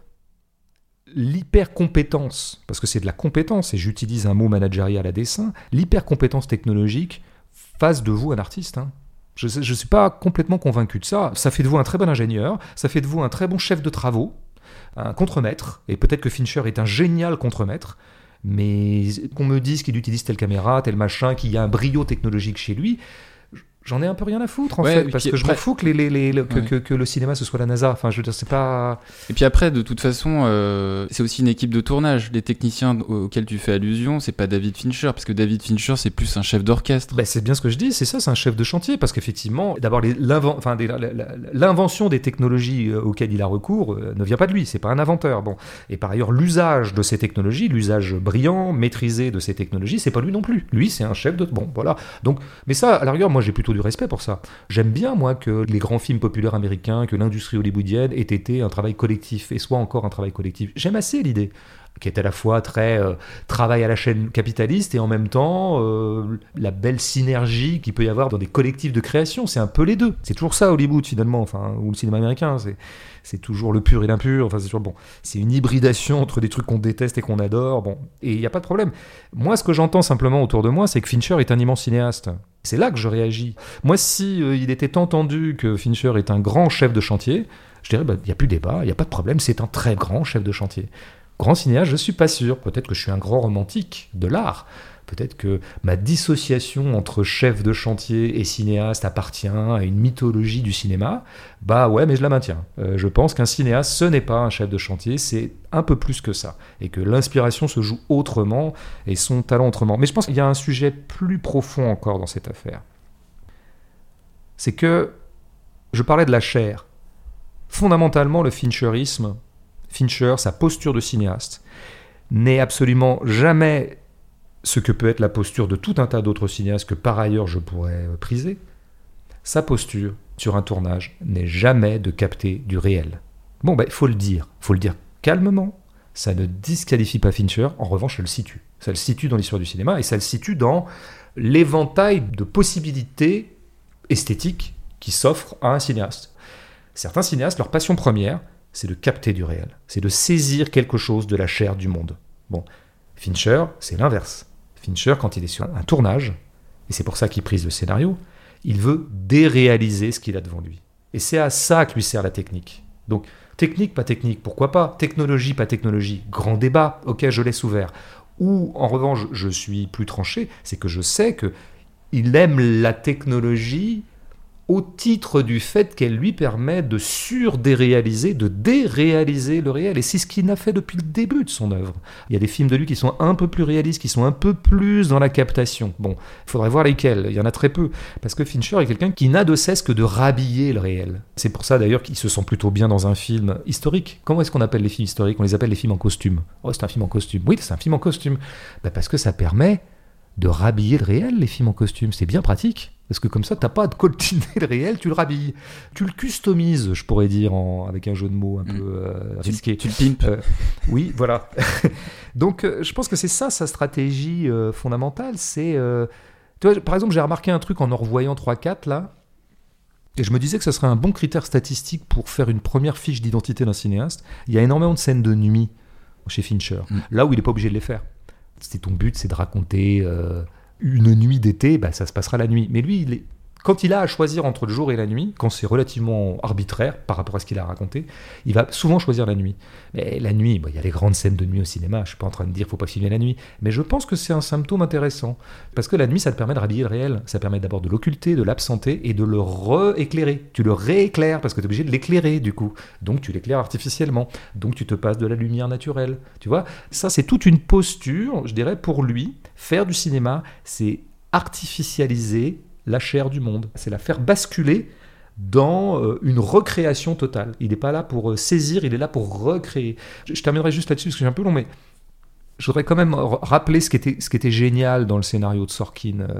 l'hyper-compétence, parce que c'est de la compétence, et j'utilise un mot managérial à dessein, l'hyper-compétence technologique fasse de vous un artiste, hein. Je ne suis pas complètement convaincu de ça. Ça fait de vous un très bon ingénieur, ça fait de vous un très bon chef de travaux, un contremaître, et peut-être que Fincher est un génial contremaître, mais qu'on me dise qu'il utilise telle caméra, tel machin, qu'il y a un brio technologique chez lui, j'en ai un peu rien à foutre en ouais, fait, parce que après, je m'en fous que, les, les, les, le, que, ouais. que, que le cinéma ce soit la NASA, enfin je veux dire c'est pas... Et puis après de toute façon euh, c'est aussi une équipe de tournage, les techniciens auxquels tu fais allusion c'est pas David Fincher, parce que David Fincher c'est plus un chef d'orchestre. Ben, c'est bien ce que je dis, c'est ça, c'est un chef de chantier, parce qu'effectivement d'abord les, l'inven, enfin, des, l'invention des technologies auxquelles il a recours euh, ne vient pas de lui, c'est pas un inventeur, bon. Et par ailleurs l'usage de ces technologies, l'usage brillant, maîtrisé de ces technologies, c'est pas lui non plus, lui c'est un chef de... Bon voilà, donc, mais ça à la rigueur moi j'ai plutôt du respect pour ça. J'aime bien, moi, que les grands films populaires américains, que l'industrie hollywoodienne ait été un travail collectif, et soit encore un travail collectif. J'aime assez l'idée, qui est à la fois très euh, travail à la chaîne capitaliste, et en même temps, euh, la belle synergie qu'il peut y avoir dans des collectifs de création. C'est un peu les deux. C'est toujours ça, Hollywood, finalement, enfin, ou le cinéma américain. C'est, c'est toujours le pur et l'impur. Enfin, c'est toujours bon. C'est une hybridation entre des trucs qu'on déteste et qu'on adore. Bon, et il n'y a pas de problème. Moi, ce que j'entends simplement autour de moi, c'est que Fincher est un immense cinéaste. C'est là que je réagis. Moi, si euh, il était entendu que Fincher est un grand chef de chantier, je dirais, bah, il n'y a plus débat, il n'y a pas de problème, c'est un très grand chef de chantier. Grand cinéaste, je ne suis pas sûr. Peut-être que je suis un grand romantique de l'art. Peut-être que ma dissociation entre chef de chantier et cinéaste appartient à une mythologie du cinéma. Bah ouais, mais je la maintiens. Euh, je pense qu'un cinéaste, ce n'est pas un chef de chantier, c'est un peu plus que ça. Et que l'inspiration se joue autrement et son talent autrement. Mais je pense qu'il y a un sujet plus profond encore dans cette affaire. C'est que, je parlais de la chair. Fondamentalement, le fincherisme, Fincher, sa posture de cinéaste, n'est absolument jamais ce que peut être la posture de tout un tas d'autres cinéastes que par ailleurs je pourrais priser. Sa posture sur un tournage n'est jamais de capter du réel. Bon, ben, il faut le dire. Il faut le dire calmement. Ça ne disqualifie pas Fincher. En revanche, ça le situe. Ça le situe dans l'histoire du cinéma et ça le situe dans l'éventail de possibilités esthétiques qui s'offrent à un cinéaste. Certains cinéastes, leur passion première, c'est de capter du réel. C'est de saisir quelque chose de la chair du monde. Bon, Fincher, c'est l'inverse. Fincher, quand il est sur un tournage, et c'est pour ça qu'il prise le scénario, il veut déréaliser ce qu'il a devant lui. Et c'est à ça que lui sert la technique. Donc, technique, pas technique, pourquoi pas ? Technologie, pas technologie, grand débat, ok, je laisse ouvert. Ou, en revanche, je suis plus tranché, c'est que je sais qu'il aime la technologie au titre du fait qu'elle lui permet de sur-déréaliser, de déréaliser le réel. Et c'est ce qu'il a fait depuis le début de son œuvre. Il y a des films de lui qui sont un peu plus réalistes, qui sont un peu plus dans la captation. Bon, il faudrait voir lesquels, il y en a très peu. Parce que Fincher est quelqu'un qui n'a de cesse que de rhabiller le réel. C'est pour ça d'ailleurs qu'il se sent plutôt bien dans un film historique. Comment est-ce qu'on appelle les films historiques ? On les appelle les films en costume. Oh, c'est un film en costume. Oui, c'est un film en costume. Ben parce que ça permet de rhabiller le réel, les films en costume. C'est bien pratique. Parce que comme ça, t'as pas à te coltiner le réel, tu le rhabilles. Tu le customises, je pourrais dire, en, avec un jeu de mots un mmh. peu euh, risqué. Tu, tu le pimpes. Euh, oui, voilà. Donc, euh, je pense que c'est ça, sa stratégie euh, fondamentale. C'est, euh, tu vois, par exemple, j'ai remarqué un truc en en revoyant trois quatre, là, et je me disais que ce serait un bon critère statistique pour faire une première fiche d'identité d'un cinéaste. Il y a énormément de scènes de nuit chez Fincher, mmh. là où il n'est pas obligé de les faire. Si ton but, c'est de raconter... Euh, une nuit d'été, bah, ça se passera la nuit. Mais lui, il est... quand il a à choisir entre le jour et la nuit, quand c'est relativement arbitraire par rapport à ce qu'il a raconté, il va souvent choisir la nuit. Mais la nuit, bah, il y a les grandes scènes de nuit au cinéma, je ne suis pas en train de dire qu'il ne faut pas filmer la nuit, mais je pense que c'est un symptôme intéressant. Parce que la nuit, ça te permet de rhabiller le réel. Ça permet d'abord de l'occulter, de l'absenter et de le rééclairer. Tu le rééclaires parce que tu es obligé de l'éclairer du coup. Donc tu l'éclaires artificiellement. Donc tu te passes de la lumière naturelle. Tu vois, ça c'est toute une posture, je dirais, pour lui. Faire du cinéma, c'est artificialiser la chair du monde. C'est la faire basculer dans euh, une recréation totale. Il n'est pas là pour euh, saisir, il est là pour recréer. Je, je terminerai juste là-dessus parce que c'est un peu long, mais je voudrais quand même r- rappeler ce qui, était, ce qui était génial dans le scénario de Sorkin. Euh...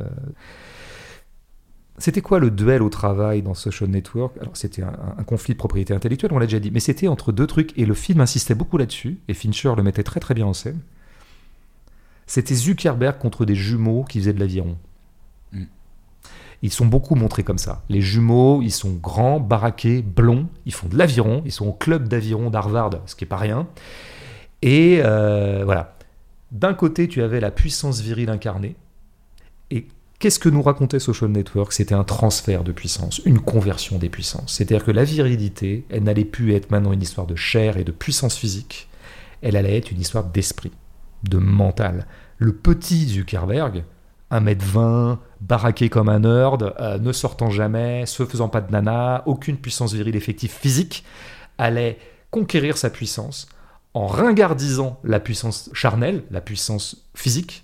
C'était quoi le duel au travail dans Social Network ? Alors c'était un, un conflit de propriété intellectuelle, on l'a déjà dit, mais c'était entre deux trucs, et le film insistait beaucoup là-dessus, et Fincher le mettait très très bien en scène. C'était Zuckerberg contre des jumeaux qui faisaient de l'aviron. Mm. Ils sont beaucoup montrés comme ça. Les jumeaux, ils sont grands, baraqués, blonds, ils font de l'aviron, ils sont au club d'aviron d'Harvard, ce qui n'est pas rien. Et euh, voilà. D'un côté, tu avais la puissance virile incarnée. Et qu'est-ce que nous racontait Social Network ? C'était un transfert de puissance, une conversion des puissances. C'est-à-dire que la virilité, elle n'allait plus être maintenant une histoire de chair et de puissance physique. Elle allait être une histoire d'esprit, de mental. Le petit Zuckerberg, un mètre vingt, baraqué comme un nerd, euh, ne sortant jamais, se faisant pas de nana, aucune puissance virile effective physique, allait conquérir sa puissance en ringardisant la puissance charnelle, la puissance physique,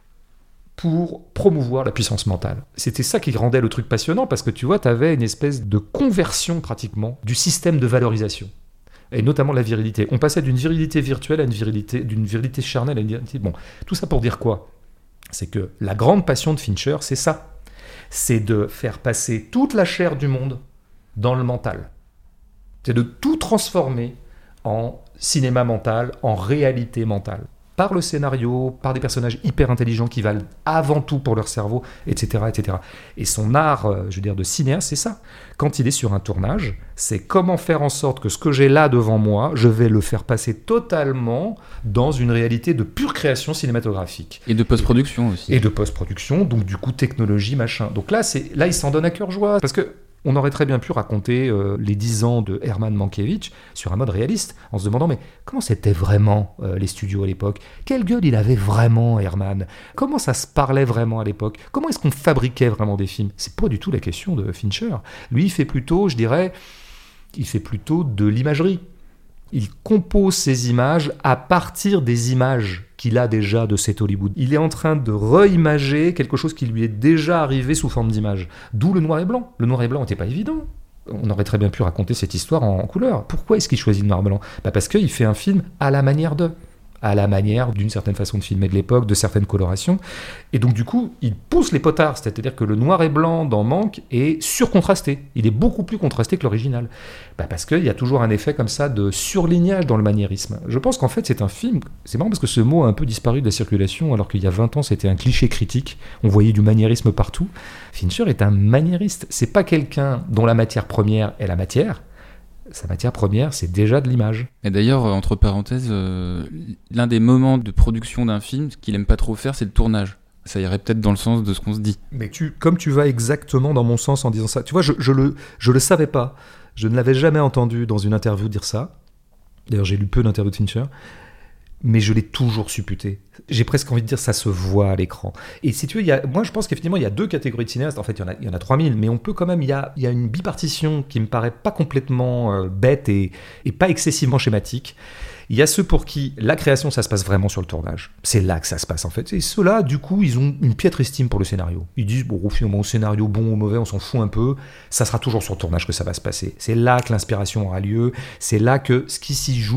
pour promouvoir la puissance mentale. C'était ça qui rendait le truc passionnant, parce que tu vois, tu avais une espèce de conversion pratiquement du système de valorisation. Et notamment la virilité. On passait d'une virilité virtuelle à une virilité, d'une virilité charnelle à une virilité... Bon, tout ça pour dire quoi ? C'est que la grande passion de Fincher, c'est ça. C'est de faire passer toute la chair du monde dans le mental. C'est de tout transformer en cinéma mental, en réalité mentale. Par le scénario, par des personnages hyper intelligents qui valent avant tout pour leur cerveau, et cetera, et cetera. Et son art, je veux dire, de cinéaste, c'est ça. Quand il est sur un tournage, c'est comment faire en sorte que ce que j'ai là devant moi, je vais le faire passer totalement dans une réalité de pure création cinématographique. Et de post-production aussi. Et de post-production, donc du coup technologie, machin. Donc là, c'est, là il s'en donne à cœur joie. Parce que on aurait très bien pu raconter euh, les dix ans de Herman Mankiewicz sur un mode réaliste, en se demandant, mais comment c'était vraiment euh, les studios à l'époque ? Quelle gueule il avait vraiment, Herman ? Comment ça se parlait vraiment à l'époque ? Comment est-ce qu'on fabriquait vraiment des films ? C'est pas du tout la question de Fincher. Lui, il fait plutôt, je dirais, il fait plutôt de l'imagerie. Il compose ses images à partir des images qu'il a déjà de cet Hollywood. Il est en train de reimager quelque chose qui lui est déjà arrivé sous forme d'image. D'où le noir et blanc. Le noir et blanc n'était pas évident. On aurait très bien pu raconter cette histoire en couleur. Pourquoi est-ce qu'il choisit le noir et blanc ? Bah parce qu'il fait un film à la manière de... à la manière d'une certaine façon de filmer de l'époque, de certaines colorations. Et donc du coup, il pousse les potards, c'est-à-dire que le noir et blanc dans Manque est surcontrasté. Il est beaucoup plus contrasté que l'original. Bah parce qu'il y a toujours un effet comme ça de surlignage dans le maniérisme. Je pense qu'en fait, c'est un film... C'est marrant parce que ce mot a un peu disparu de la circulation, alors qu'il y a vingt ans, c'était un cliché critique. On voyait du maniérisme partout. Fincher est un maniériste. C'est pas quelqu'un dont la matière première est la matière. Sa matière première, c'est déjà de l'image. Et d'ailleurs, entre parenthèses, euh, l'un des moments de production d'un film, ce qu'il aime pas trop faire, c'est le tournage. Ça irait peut-être dans le sens de ce qu'on se dit. Mais tu, comme tu vas exactement dans mon sens en disant ça, tu vois, je, je le, je le savais pas. Je ne l'avais jamais entendu dans une interview dire ça. D'ailleurs, j'ai lu peu d'interviews de Fincher. Mais je l'ai toujours supputé. J'ai presque envie de dire ça se voit à l'écran. Et si tu veux, il y a, moi je pense qu'effectivement il y a deux catégories de cinéastes. En fait, il y en a, il y en a trois mille, mais on peut quand même, il y a, il y a une bipartition qui me paraît pas complètement euh, bête et, et pas excessivement schématique. Il y a ceux pour qui la création, ça se passe vraiment sur le tournage. C'est là que ça se passe en fait. Et ceux-là, du coup, ils ont une piètre estime pour le scénario. Ils disent, bon, finalement, scénario bon ou mauvais, on s'en fout un peu. Ça sera toujours sur le tournage que ça va se passer. C'est là que l'inspiration aura lieu. C'est là que ce qui s'y joue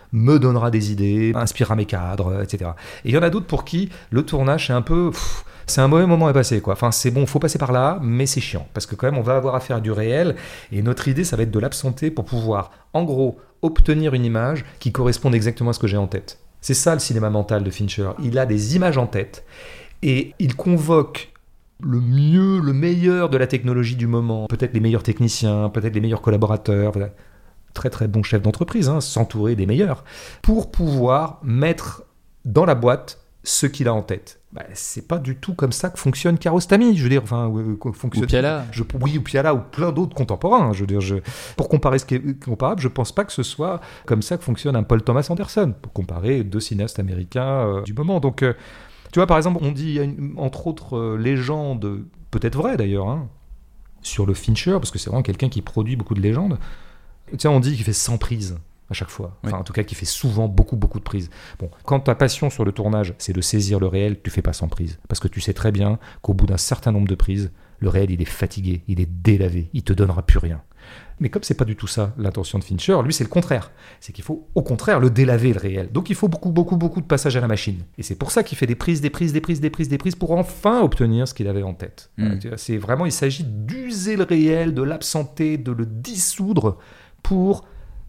me donnera des idées, inspirera mes cadres, et cetera. Et il y en a d'autres pour qui le tournage c'est un peu... Pff, c'est un mauvais moment à passer, quoi. Enfin, c'est bon, il faut passer par là, mais c'est chiant. Parce que quand même, on va avoir affaire à du réel. Et notre idée, ça va être de l'absenter pour pouvoir, en gros, obtenir une image qui corresponde exactement à ce que j'ai en tête. C'est ça le cinéma mental de Fincher. Il a des images en tête et il convoque le mieux, le meilleur de la technologie du moment. Peut-être les meilleurs techniciens, peut-être les meilleurs collaborateurs. Très très bon chef d'entreprise, hein, s'entourer des meilleurs. Pour pouvoir mettre dans la boîte ce qu'il a en tête. Bah, c'est pas du tout comme ça que fonctionne Kiarostami, je veux dire, enfin, euh, fonctionne. Ou Piala. Je, oui, ou Piala, ou plein d'autres contemporains. Je veux dire, je, pour comparer ce qui est comparable, je pense pas que ce soit comme ça que fonctionne un Paul Thomas Anderson, pour comparer deux cinéastes américains euh, du moment. Donc, euh, tu vois, par exemple, on dit, il y a une, entre autres euh, légendes, peut-être vraies d'ailleurs, hein, sur le Fincher, parce que c'est vraiment quelqu'un qui produit beaucoup de légendes. Tu sais, on dit qu'il fait cent prises. À chaque fois. Enfin, oui. En tout cas, qui fait souvent beaucoup, beaucoup de prises. Bon, quand ta passion sur le tournage, c'est de saisir le réel, tu fais pas sans prise. Parce que tu sais très bien qu'au bout d'un certain nombre de prises, le réel, il est fatigué, il est délavé, il te donnera plus rien. Mais comme c'est pas du tout ça l'intention de Fincher, lui, c'est le contraire. C'est qu'il faut, au contraire, le délaver, le réel. Donc, il faut beaucoup, beaucoup, beaucoup de passages à la machine. Et c'est pour ça qu'il fait des prises, des prises, des prises, des prises, des prises, pour enfin obtenir ce qu'il avait en tête. Mmh. Voilà, c'est vraiment, il s'agit d'user le réel, de l'absenter, de le dissoudre pour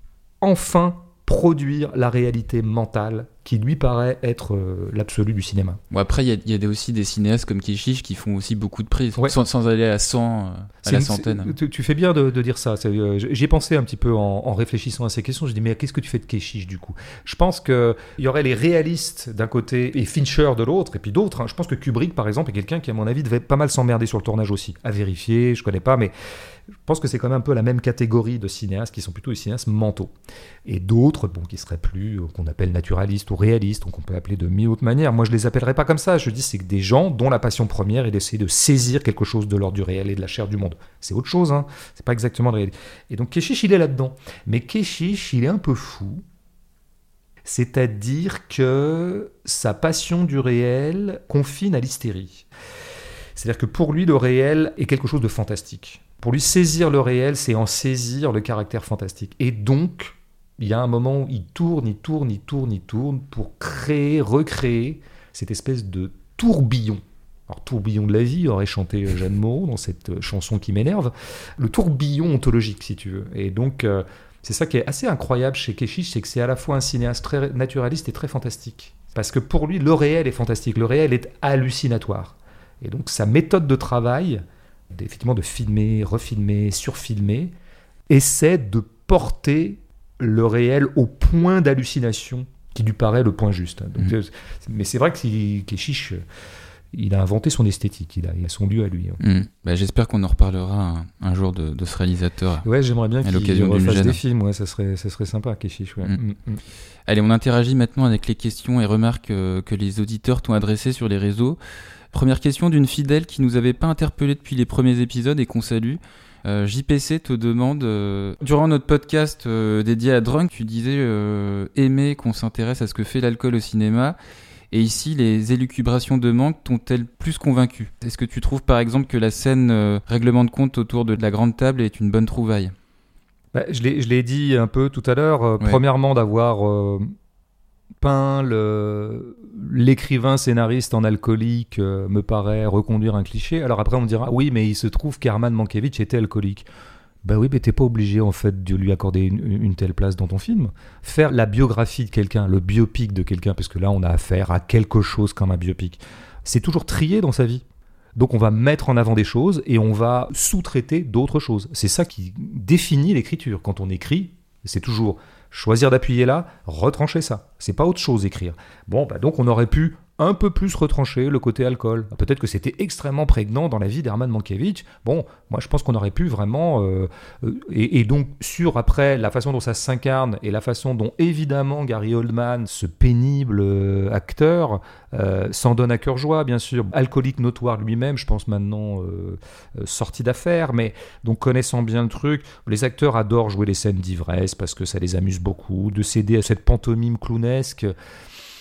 enfin produire la réalité mentale qui lui paraît être euh, l'absolu du cinéma. Bon, après, il y, y a aussi des cinéastes comme Kechiche qui font aussi beaucoup de prises, ouais. sans, sans aller à cent, euh, à la une, centaine. Tu, tu fais bien de, de dire ça. C'est, euh, j'y ai pensé un petit peu en, en réfléchissant à ces questions. Je dis, mais qu'est-ce que tu fais de Kechiche du coup ? Je pense qu'il y aurait les réalistes d'un côté et Fincher de l'autre, et puis d'autres. Hein. Je pense que Kubrick, par exemple, est quelqu'un qui, à mon avis, devait pas mal s'emmerder sur le tournage aussi. À vérifier, je connais pas, mais je pense que c'est quand même un peu la même catégorie de cinéastes qui sont plutôt des cinéastes mentaux. Et d'autres, bon, qui seraient plus, euh, qu'on appelle naturalistes ou réalistes, donc on peut appeler de mille autres manières. Moi, je les appellerais pas comme ça. Je dis, c'est que des gens dont la passion première est d'essayer de saisir quelque chose de l'ordre du réel et de la chair du monde. C'est autre chose, hein. C'est pas exactement le réel. Et donc, Kechiche, il est là-dedans. Mais Kechiche, il est un peu fou. C'est-à-dire que sa passion du réel confine à l'hystérie. C'est-à-dire que pour lui, le réel est quelque chose de fantastique. Pour lui, saisir le réel, c'est en saisir le caractère fantastique. Et donc, il y a un moment où il tourne, il tourne, il tourne, il tourne pour créer, recréer cette espèce de tourbillon. Alors, tourbillon de la vie, aurait chanté Jeanne Moreau dans cette chanson qui m'énerve. Le tourbillon ontologique, si tu veux. Et donc, euh, c'est ça qui est assez incroyable chez Kechiche, c'est que c'est à la fois un cinéaste très naturaliste et très fantastique. Parce que pour lui, le réel est fantastique, le réel est hallucinatoire. Et donc, sa méthode de travail, effectivement de filmer, refilmer, surfilmer, essaie de porter le réel au point d'hallucination qui lui paraît le point juste. Donc, mmh. Mais c'est vrai que Kechiche, il a inventé son esthétique, il a, il a son lieu à lui. Mmh. Bah, j'espère qu'on en reparlera un, un jour de, de ce réalisateur. Ouais, j'aimerais bien qu'il refasse des films, ouais, ça serait, ça serait sympa, Kechiche. Ouais. Mmh. Mmh. Allez, on interagit maintenant avec les questions et remarques euh, que les auditeurs t'ont adressées sur les réseaux. Première question d'une fidèle qui nous avait pas interpellé depuis les premiers épisodes et qu'on salue. Euh, J P C te demande, euh, durant notre podcast euh, dédié à Drunk, tu disais euh, aimer qu'on s'intéresse à ce que fait l'alcool au cinéma. Et ici, les élucubrations de Manque t'ont-elles plus convaincu ? Est-ce que tu trouves par exemple que la scène euh, règlement de compte autour de la grande table est une bonne trouvaille ? Bah, je, l'ai, je l'ai dit un peu tout à l'heure. Euh, ouais. Premièrement, d'avoir euh, peint le, l'écrivain scénariste en alcoolique euh, me paraît reconduire un cliché. Alors après, on me dira oui, mais il se trouve qu'Herman Mankiewicz était alcoolique. Ben oui, mais t'es pas obligé en fait de lui accorder une, une telle place dans ton film. Faire la biographie de quelqu'un, le biopic de quelqu'un, parce que là on a affaire à quelque chose comme un biopic, c'est toujours trié dans sa vie. Donc on va mettre en avant des choses et on va sous-traiter d'autres choses. C'est ça qui définit l'écriture. Quand on écrit, c'est toujours choisir d'appuyer là, retrancher ça. C'est pas autre chose écrire. Bon, bah donc on aurait pu un peu plus retrancher le côté alcool. Peut-être que c'était extrêmement prégnant dans la vie d'Herman Mankiewicz. Bon, moi je pense qu'on aurait pu vraiment... Euh, euh, et, et donc sur après la façon dont ça s'incarne et la façon dont évidemment Gary Oldman, ce pénible euh, acteur, euh, s'en donne à cœur joie, bien sûr. Alcoolique notoire lui-même, je pense maintenant euh, euh, sorti d'affaires, mais donc connaissant bien le truc, les acteurs adorent jouer les scènes d'ivresse parce que ça les amuse beaucoup, de céder à cette pantomime clownesque.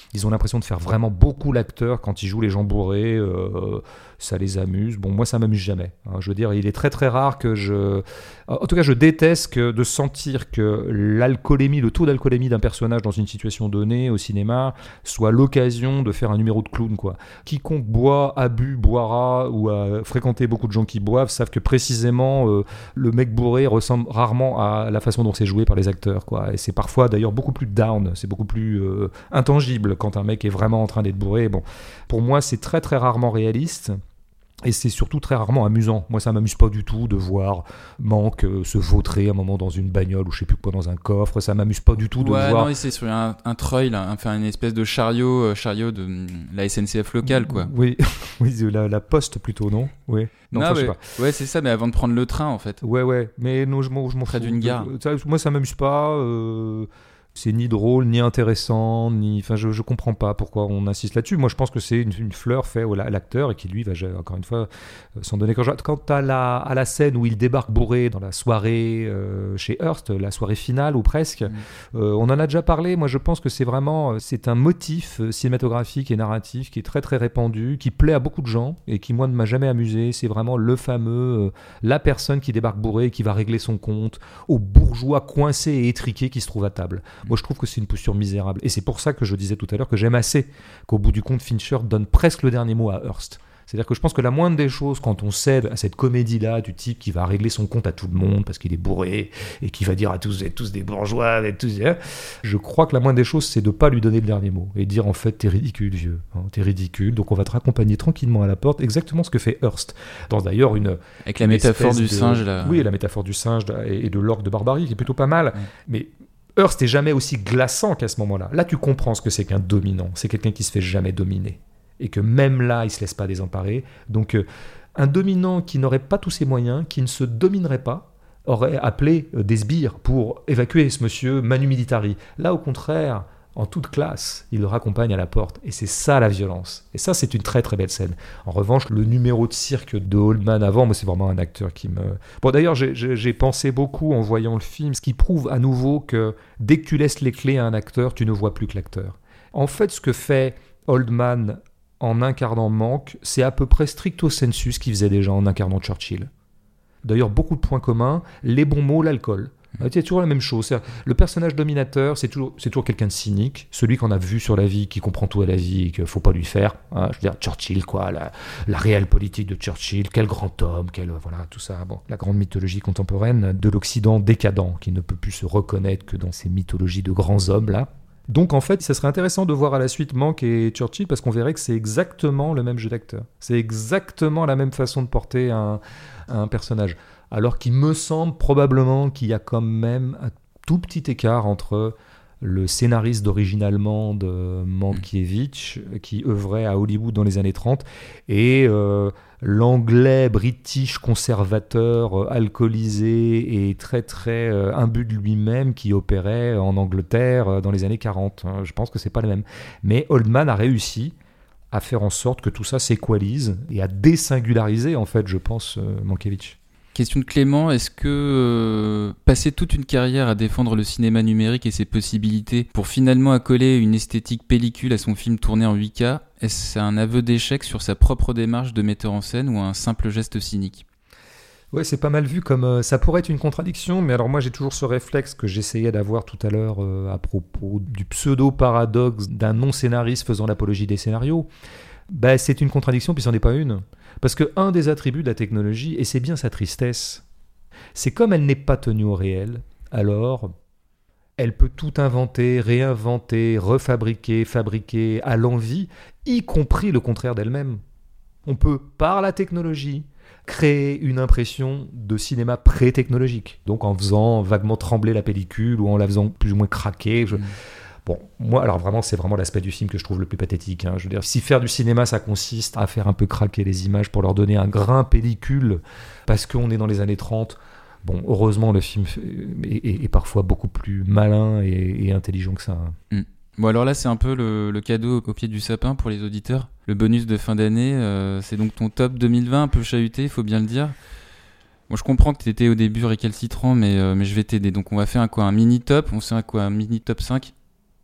Ils ont l'impression de faire vraiment beaucoup l'acteur quand ils jouent les gens bourrés. Euh, ça les amuse. Bon, moi, ça m'amuse jamais. Hein. Je veux dire, il est très très rare que je... En tout cas, je déteste que de sentir que l'alcoolémie, le taux d'alcoolémie d'un personnage dans une situation donnée au cinéma soit l'occasion de faire un numéro de clown, quoi. Quiconque boit, a bu, boira ou a fréquenté beaucoup de gens qui boivent savent que précisément euh, le mec bourré ressemble rarement à la façon dont c'est joué par les acteurs, quoi. Et c'est parfois d'ailleurs beaucoup plus down, c'est beaucoup plus euh, intangible quand un mec est vraiment en train d'être bourré. Bon, pour moi, c'est très très rarement réaliste. Et c'est surtout très rarement amusant. Moi, ça m'amuse pas du tout de voir Mank euh, se vautrer un moment dans une bagnole ou je sais plus quoi, dans un coffre. Ça m'amuse pas du tout de ouais, voir... non, c'est sur un, un treuil, là, enfin une espèce de chariot, euh, chariot de mm, la S N C F locale, quoi. Oui, oui la, la poste plutôt, non? Oui. Non, non ça, mais, je sais pas. Ouais, c'est ça, mais avant de prendre le train, en fait. Ouais, ouais. Mais non, je m'en, je m'en Près fous. d'une gare. Ça, moi, ça m'amuse pas. Euh... C'est ni drôle, ni intéressant, ni... Enfin, je, je comprends pas pourquoi on insiste là-dessus. Moi, je pense que c'est une, une fleur faite à l'acteur et qui, lui, va, encore une fois, euh, s'en donner. Quant à la, à la scène où il débarque bourré dans la soirée euh, chez Hearst, la soirée finale ou presque, mmh. euh, on en a déjà parlé. Moi, je pense que c'est vraiment... C'est un motif cinématographique et narratif qui est très, très répandu, qui plaît à beaucoup de gens et qui, moi, ne m'a jamais amusé. C'est vraiment le fameux... Euh, la personne qui débarque bourré et qui va régler son compte au bourgeois coincé et étriqué qui se trouve à table. Moi, je trouve que c'est une posture misérable. Et c'est pour ça que je disais tout à l'heure que j'aime assez qu'au bout du compte, Fincher donne presque le dernier mot à Hearst. C'est-à-dire que je pense que la moindre des choses, quand on cède à cette comédie-là, du type qui va régler son compte à tout le monde parce qu'il est bourré et qui va dire à tous, vous êtes tous des bourgeois, vous êtes tous... Je crois que la moindre des choses, c'est de ne pas lui donner le dernier mot et dire en fait, t'es ridicule, vieux. Hein, t'es ridicule, donc on va te raccompagner tranquillement à la porte. Exactement ce que fait Hearst. Dans d'ailleurs une... Avec la une métaphore du de... singe, là. Oui, la métaphore du singe et de l'orgue de barbarie, qui est plutôt pas mal. Ouais. Mais... Hearst n'est jamais aussi glaçant qu'à ce moment-là. Là, tu comprends ce que c'est qu'un dominant. C'est quelqu'un qui se fait jamais dominer. Et que même là, il ne se laisse pas désemparer. Donc, euh, un dominant qui n'aurait pas tous ses moyens, qui ne se dominerait pas, aurait appelé euh, des sbires pour évacuer ce monsieur Manu Militari. Là, au contraire, en toute classe, il le raccompagne à la porte. Et c'est ça la violence. Et ça, c'est une très très belle scène. En revanche, le numéro de cirque de Oldman avant, moi, c'est vraiment un acteur qui me... Bon, d'ailleurs, j'ai, j'ai, j'ai pensé beaucoup en voyant le film, ce qui prouve à nouveau que dès que tu laisses les clés à un acteur, tu ne vois plus que l'acteur. En fait, ce que fait Oldman en incarnant Mank, c'est à peu près stricto sensu ce qu'il faisait déjà en incarnant Churchill. D'ailleurs, beaucoup de points communs, les bons mots, l'alcool. C'est toujours la même chose. C'est-à-dire, le personnage dominateur, c'est toujours, c'est toujours quelqu'un de cynique, celui qu'on a vu sur la vie, qui comprend tout à la vie et qu'il ne faut pas lui faire. Hein, je veux dire, Churchill, quoi, la, la réelle politique de Churchill, quel grand homme, quel, voilà, tout ça. Bon, la grande mythologie contemporaine de l'Occident décadent, qui ne peut plus se reconnaître que dans ces mythologies de grands hommes, là. Donc en fait, ça serait intéressant de voir à la suite Mank et Churchill, parce qu'on verrait que c'est exactement le même jeu d'acteur. C'est exactement la même façon de porter un, un personnage. Alors qu'il me semble probablement qu'il y a quand même un tout petit écart entre le scénariste d'origine allemande Mankiewicz, qui œuvrait à Hollywood dans les années trente, et euh, l'anglais british conservateur, alcoolisé et très très euh, imbu de lui-même qui opérait en Angleterre dans les années quarante. Je pense que c'est pas le même. Mais Oldman a réussi à faire en sorte que tout ça s'équalise et à désingulariser, en fait, je pense, euh, Mankiewicz. Question de Clément, est-ce que euh, passer toute une carrière à défendre le cinéma numérique et ses possibilités pour finalement accoler une esthétique pellicule à son film tourné en huit K, est-ce un aveu d'échec sur sa propre démarche de metteur en scène ou un simple geste cynique ? Ouais, c'est pas mal vu comme... Euh, ça pourrait être une contradiction, mais alors moi j'ai toujours ce réflexe que j'essayais d'avoir tout à l'heure euh, à propos du pseudo-paradoxe d'un non-scénariste faisant l'apologie des scénarios. Ben, c'est une contradiction, puis c'en est pas une. Parce qu'un des attributs de la technologie, et c'est bien sa tristesse, c'est comme elle n'est pas tenue au réel, alors elle peut tout inventer, réinventer, refabriquer, fabriquer à l'envi, y compris le contraire d'elle-même. On peut, par la technologie, créer une impression de cinéma pré-technologique, donc en faisant vaguement trembler la pellicule ou en la faisant plus ou moins craquer. Je... Mmh. Bon, moi, alors vraiment, c'est vraiment l'aspect du film que je trouve le plus pathétique. Hein. Je veux dire, si faire du cinéma, ça consiste à faire un peu craquer les images pour leur donner un grain pellicule, parce qu'on est dans les années trente, bon, heureusement, le film est, est, est parfois beaucoup plus malin et, et intelligent que ça. Hein. Mm. Bon, alors là, c'est un peu le, le cadeau au pied du sapin pour les auditeurs. Le bonus de fin d'année, euh, c'est donc ton top deux mille vingt, un peu chahuté, il faut bien le dire. Bon, je comprends que tu étais au début récalcitrant, mais, euh, mais je vais t'aider. Donc, on va faire un, quoi, un mini-top, on fait un, quoi, un mini-top cinq.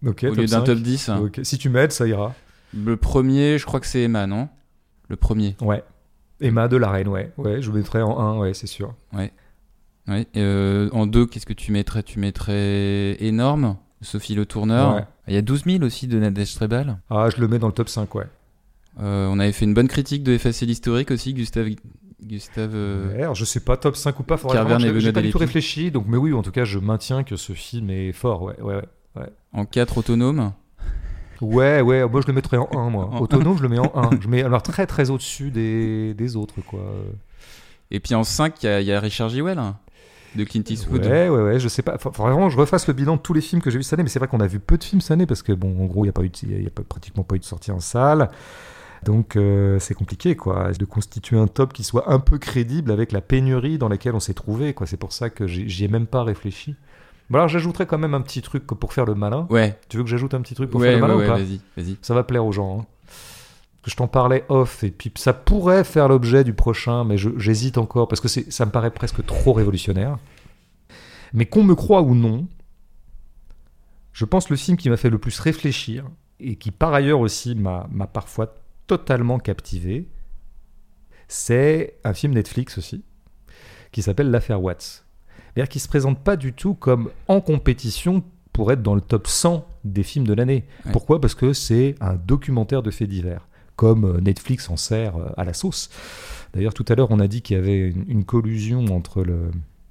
Ok, au top lieu d'un cinq. top dix. Ok. Si tu m'aides, ça ira. Le premier, je crois que c'est Emma, non? Le premier. Ouais. Emma de la Reine, ouais. Ouais, je le mettrais en un, ouais, c'est sûr. Ouais. Ouais. Euh, en deux, qu'est-ce que tu mettrais? Tu mettrais Énorme, Sophie Le Tourneur. Ouais. Il y a douze mille aussi de Nadège Trebal. Ah, je le mets dans le top cinq, ouais. Euh, on avait fait une bonne critique de Effacer l'historique aussi, Gustave. Gustave euh... Ouais, alors je sais pas, top cinq ou pas, faudrait Carverne vraiment, et j'ai, j'ai Benoît pas du tout Delépine. réfléchi, donc, mais oui, en tout cas, je maintiens que ce film est fort, ouais, ouais, ouais. Ouais, En quatre, Autonome. ouais, ouais, moi je le mettrais en un, moi. En Autonome, je le mets en un. Je mets alors très très au-dessus des, des autres, quoi. Et puis en cinq, il y, y a Richard Jewell, hein, de Clint Eastwood. Ouais, ouais, ouais, je sais pas. Faut, faut vraiment que je refasse le bilan de tous les films que j'ai vus cette année, mais c'est vrai qu'on a vu peu de films cette année parce que, bon, en gros, il n'y a, pas eu de- il y a pas, pratiquement pas eu de sortie en salle. Donc, euh, c'est compliqué, quoi, de constituer un top qui soit un peu crédible avec la pénurie dans laquelle on s'est trouvé, quoi. C'est pour ça que j'y, j'y ai même pas réfléchi. Bon, alors, j'ajouterais quand même un petit truc pour faire le malin. Ouais, Tu veux que j'ajoute un petit truc pour ouais, faire le ouais, malin ouais, ou pas? vas-y, vas-y. Ça va plaire aux gens, hein. Parce que je t'en parlais off, et puis ça pourrait faire l'objet du prochain, mais je- j'hésite encore, parce que c'est, ça me paraît presque trop révolutionnaire. Mais qu'on me croit ou non, je pense le film qui m'a fait le plus réfléchir, et qui par ailleurs aussi m'a, m'a parfois totalement captivé, c'est un film Netflix aussi, qui s'appelle L'affaire Watts. C'est-à-dire qu'il ne se présente pas du tout comme en compétition pour être dans le top cent des films de l'année. Ouais. Pourquoi ? Parce que c'est un documentaire de faits divers, comme Netflix en sert à la sauce. D'ailleurs, tout à l'heure, on a dit qu'il y avait une, une collusion entre le,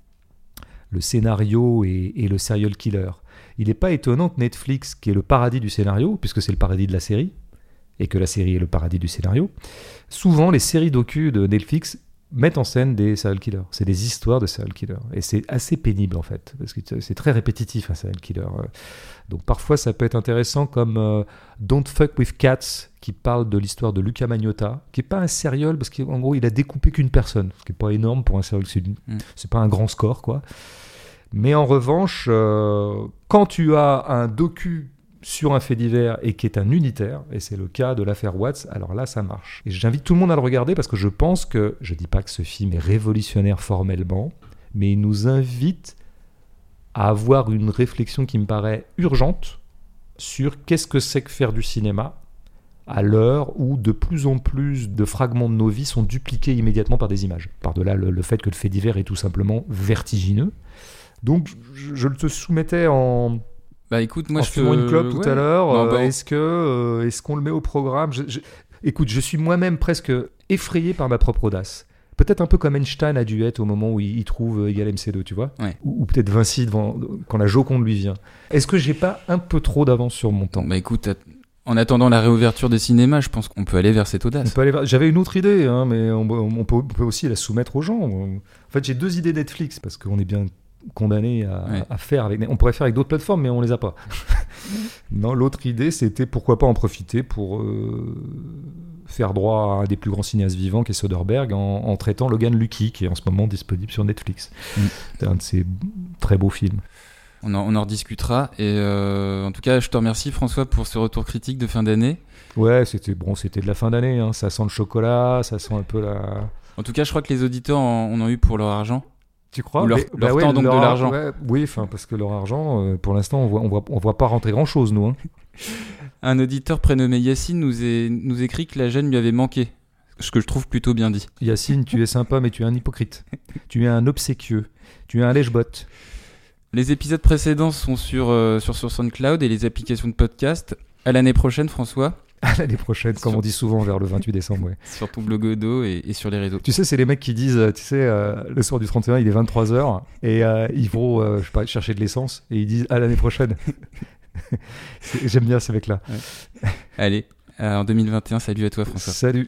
le scénario et, et le serial killer. Il n'est pas étonnant que Netflix, qui est le paradis du scénario, puisque c'est le paradis de la série, et que la série est le paradis du scénario, souvent les séries docu de Netflix mettent en scène des serial killers. C'est des histoires de serial killers. Et c'est assez pénible, en fait, parce que c'est très répétitif, un serial killer. Donc parfois, ça peut être intéressant, comme euh, Don't Fuck With Cats, qui parle de l'histoire de Luca Magnotta, qui n'est pas un serial, parce qu'en gros, il a découpé qu'une personne, ce qui n'est pas énorme pour un serial, c'est, une, Mm. c'est pas un grand score, quoi. Mais en revanche, euh, quand tu as un docu sur un fait divers et qui est un unitaire, et c'est le cas de l'affaire Watts, alors là, ça marche. Et j'invite tout le monde à le regarder parce que je pense que, je dis pas que ce film est révolutionnaire formellement, mais il nous invite à avoir une réflexion qui me paraît urgente sur qu'est-ce que c'est que faire du cinéma à l'heure où de plus en plus de fragments de nos vies sont dupliqués immédiatement par des images. Par-delà le, le fait que le fait divers est tout simplement vertigineux. Donc, je, je te soumettais en... Bah écoute, moi en je fumant te... une clope tout ouais. à l'heure. Non, euh, bah, est-ce que euh, est-ce qu'on le met au programme ? je, je... Écoute, je suis moi-même presque effrayé par ma propre audace. Peut-être un peu comme Einstein a dû être au moment où il, il trouve euh, égal M C deux, tu vois, Ouais. ou, ou peut-être Vinci devant, quand la Joconde lui vient. Est-ce que j'ai pas un peu trop d'avance sur mon temps ? Bah écoute, att- en attendant la réouverture des cinémas, je pense qu'on peut aller vers cette On audace. peut aller voir- J'avais une autre idée, hein, mais on, on peut, on peut aussi la soumettre aux gens. En fait, j'ai deux idées Netflix, parce qu'on est bien condamné à, Ouais. à faire avec... On pourrait faire avec d'autres plateformes, mais on les a pas. Non, l'autre idée, c'était pourquoi pas en profiter pour euh, faire droit à un des plus grands cinéastes vivants, qui est Soderbergh, en, en traitant Logan Lucky, qui est en ce moment disponible sur Netflix. Mm. C'est un de ses très beaux films. On en, on en rediscutera. Et euh, en tout cas, je te remercie François pour ce retour critique de fin d'année. Ouais, c'était bon, c'était de la fin d'année. Hein. Ça sent le chocolat, ça sent un peu la... En tout cas, je crois que les auditeurs en, en ont eu pour leur argent. Tu crois ? Ou leur- Mais- leur temps, donc, de leur- l'argent. ouais, oui, enfin, parce que leur argent, euh, pour l'instant, on voit, on voit, on voit pas rentrer grand-chose, nous. Hein. Un auditeur prénommé Yacine nous, est, nous écrit que la gêne lui avait manqué. Ce que je trouve plutôt bien dit. Yacine, tu es sympa, mais tu es un hypocrite. Tu es un obséquieux. Tu es un lèche-botte. Les épisodes précédents sont sur, euh, sur, sur SoundCloud et les applications de podcast. À l'année prochaine, François, À l'année prochaine, comme on dit souvent, vers le vingt-huit décembre. Ouais. sur ton blog Odo et, et sur les réseaux. Tu sais, c'est les mecs qui disent, euh, tu sais, euh, le soir du trente et un, il est vingt-trois heures, et euh, ils vont euh, je sais pas, chercher de l'essence, et ils disent à l'année prochaine. C'est- J'aime bien ces mecs-là. Allez, euh, en deux mille vingt et un, salut à toi François. Salut.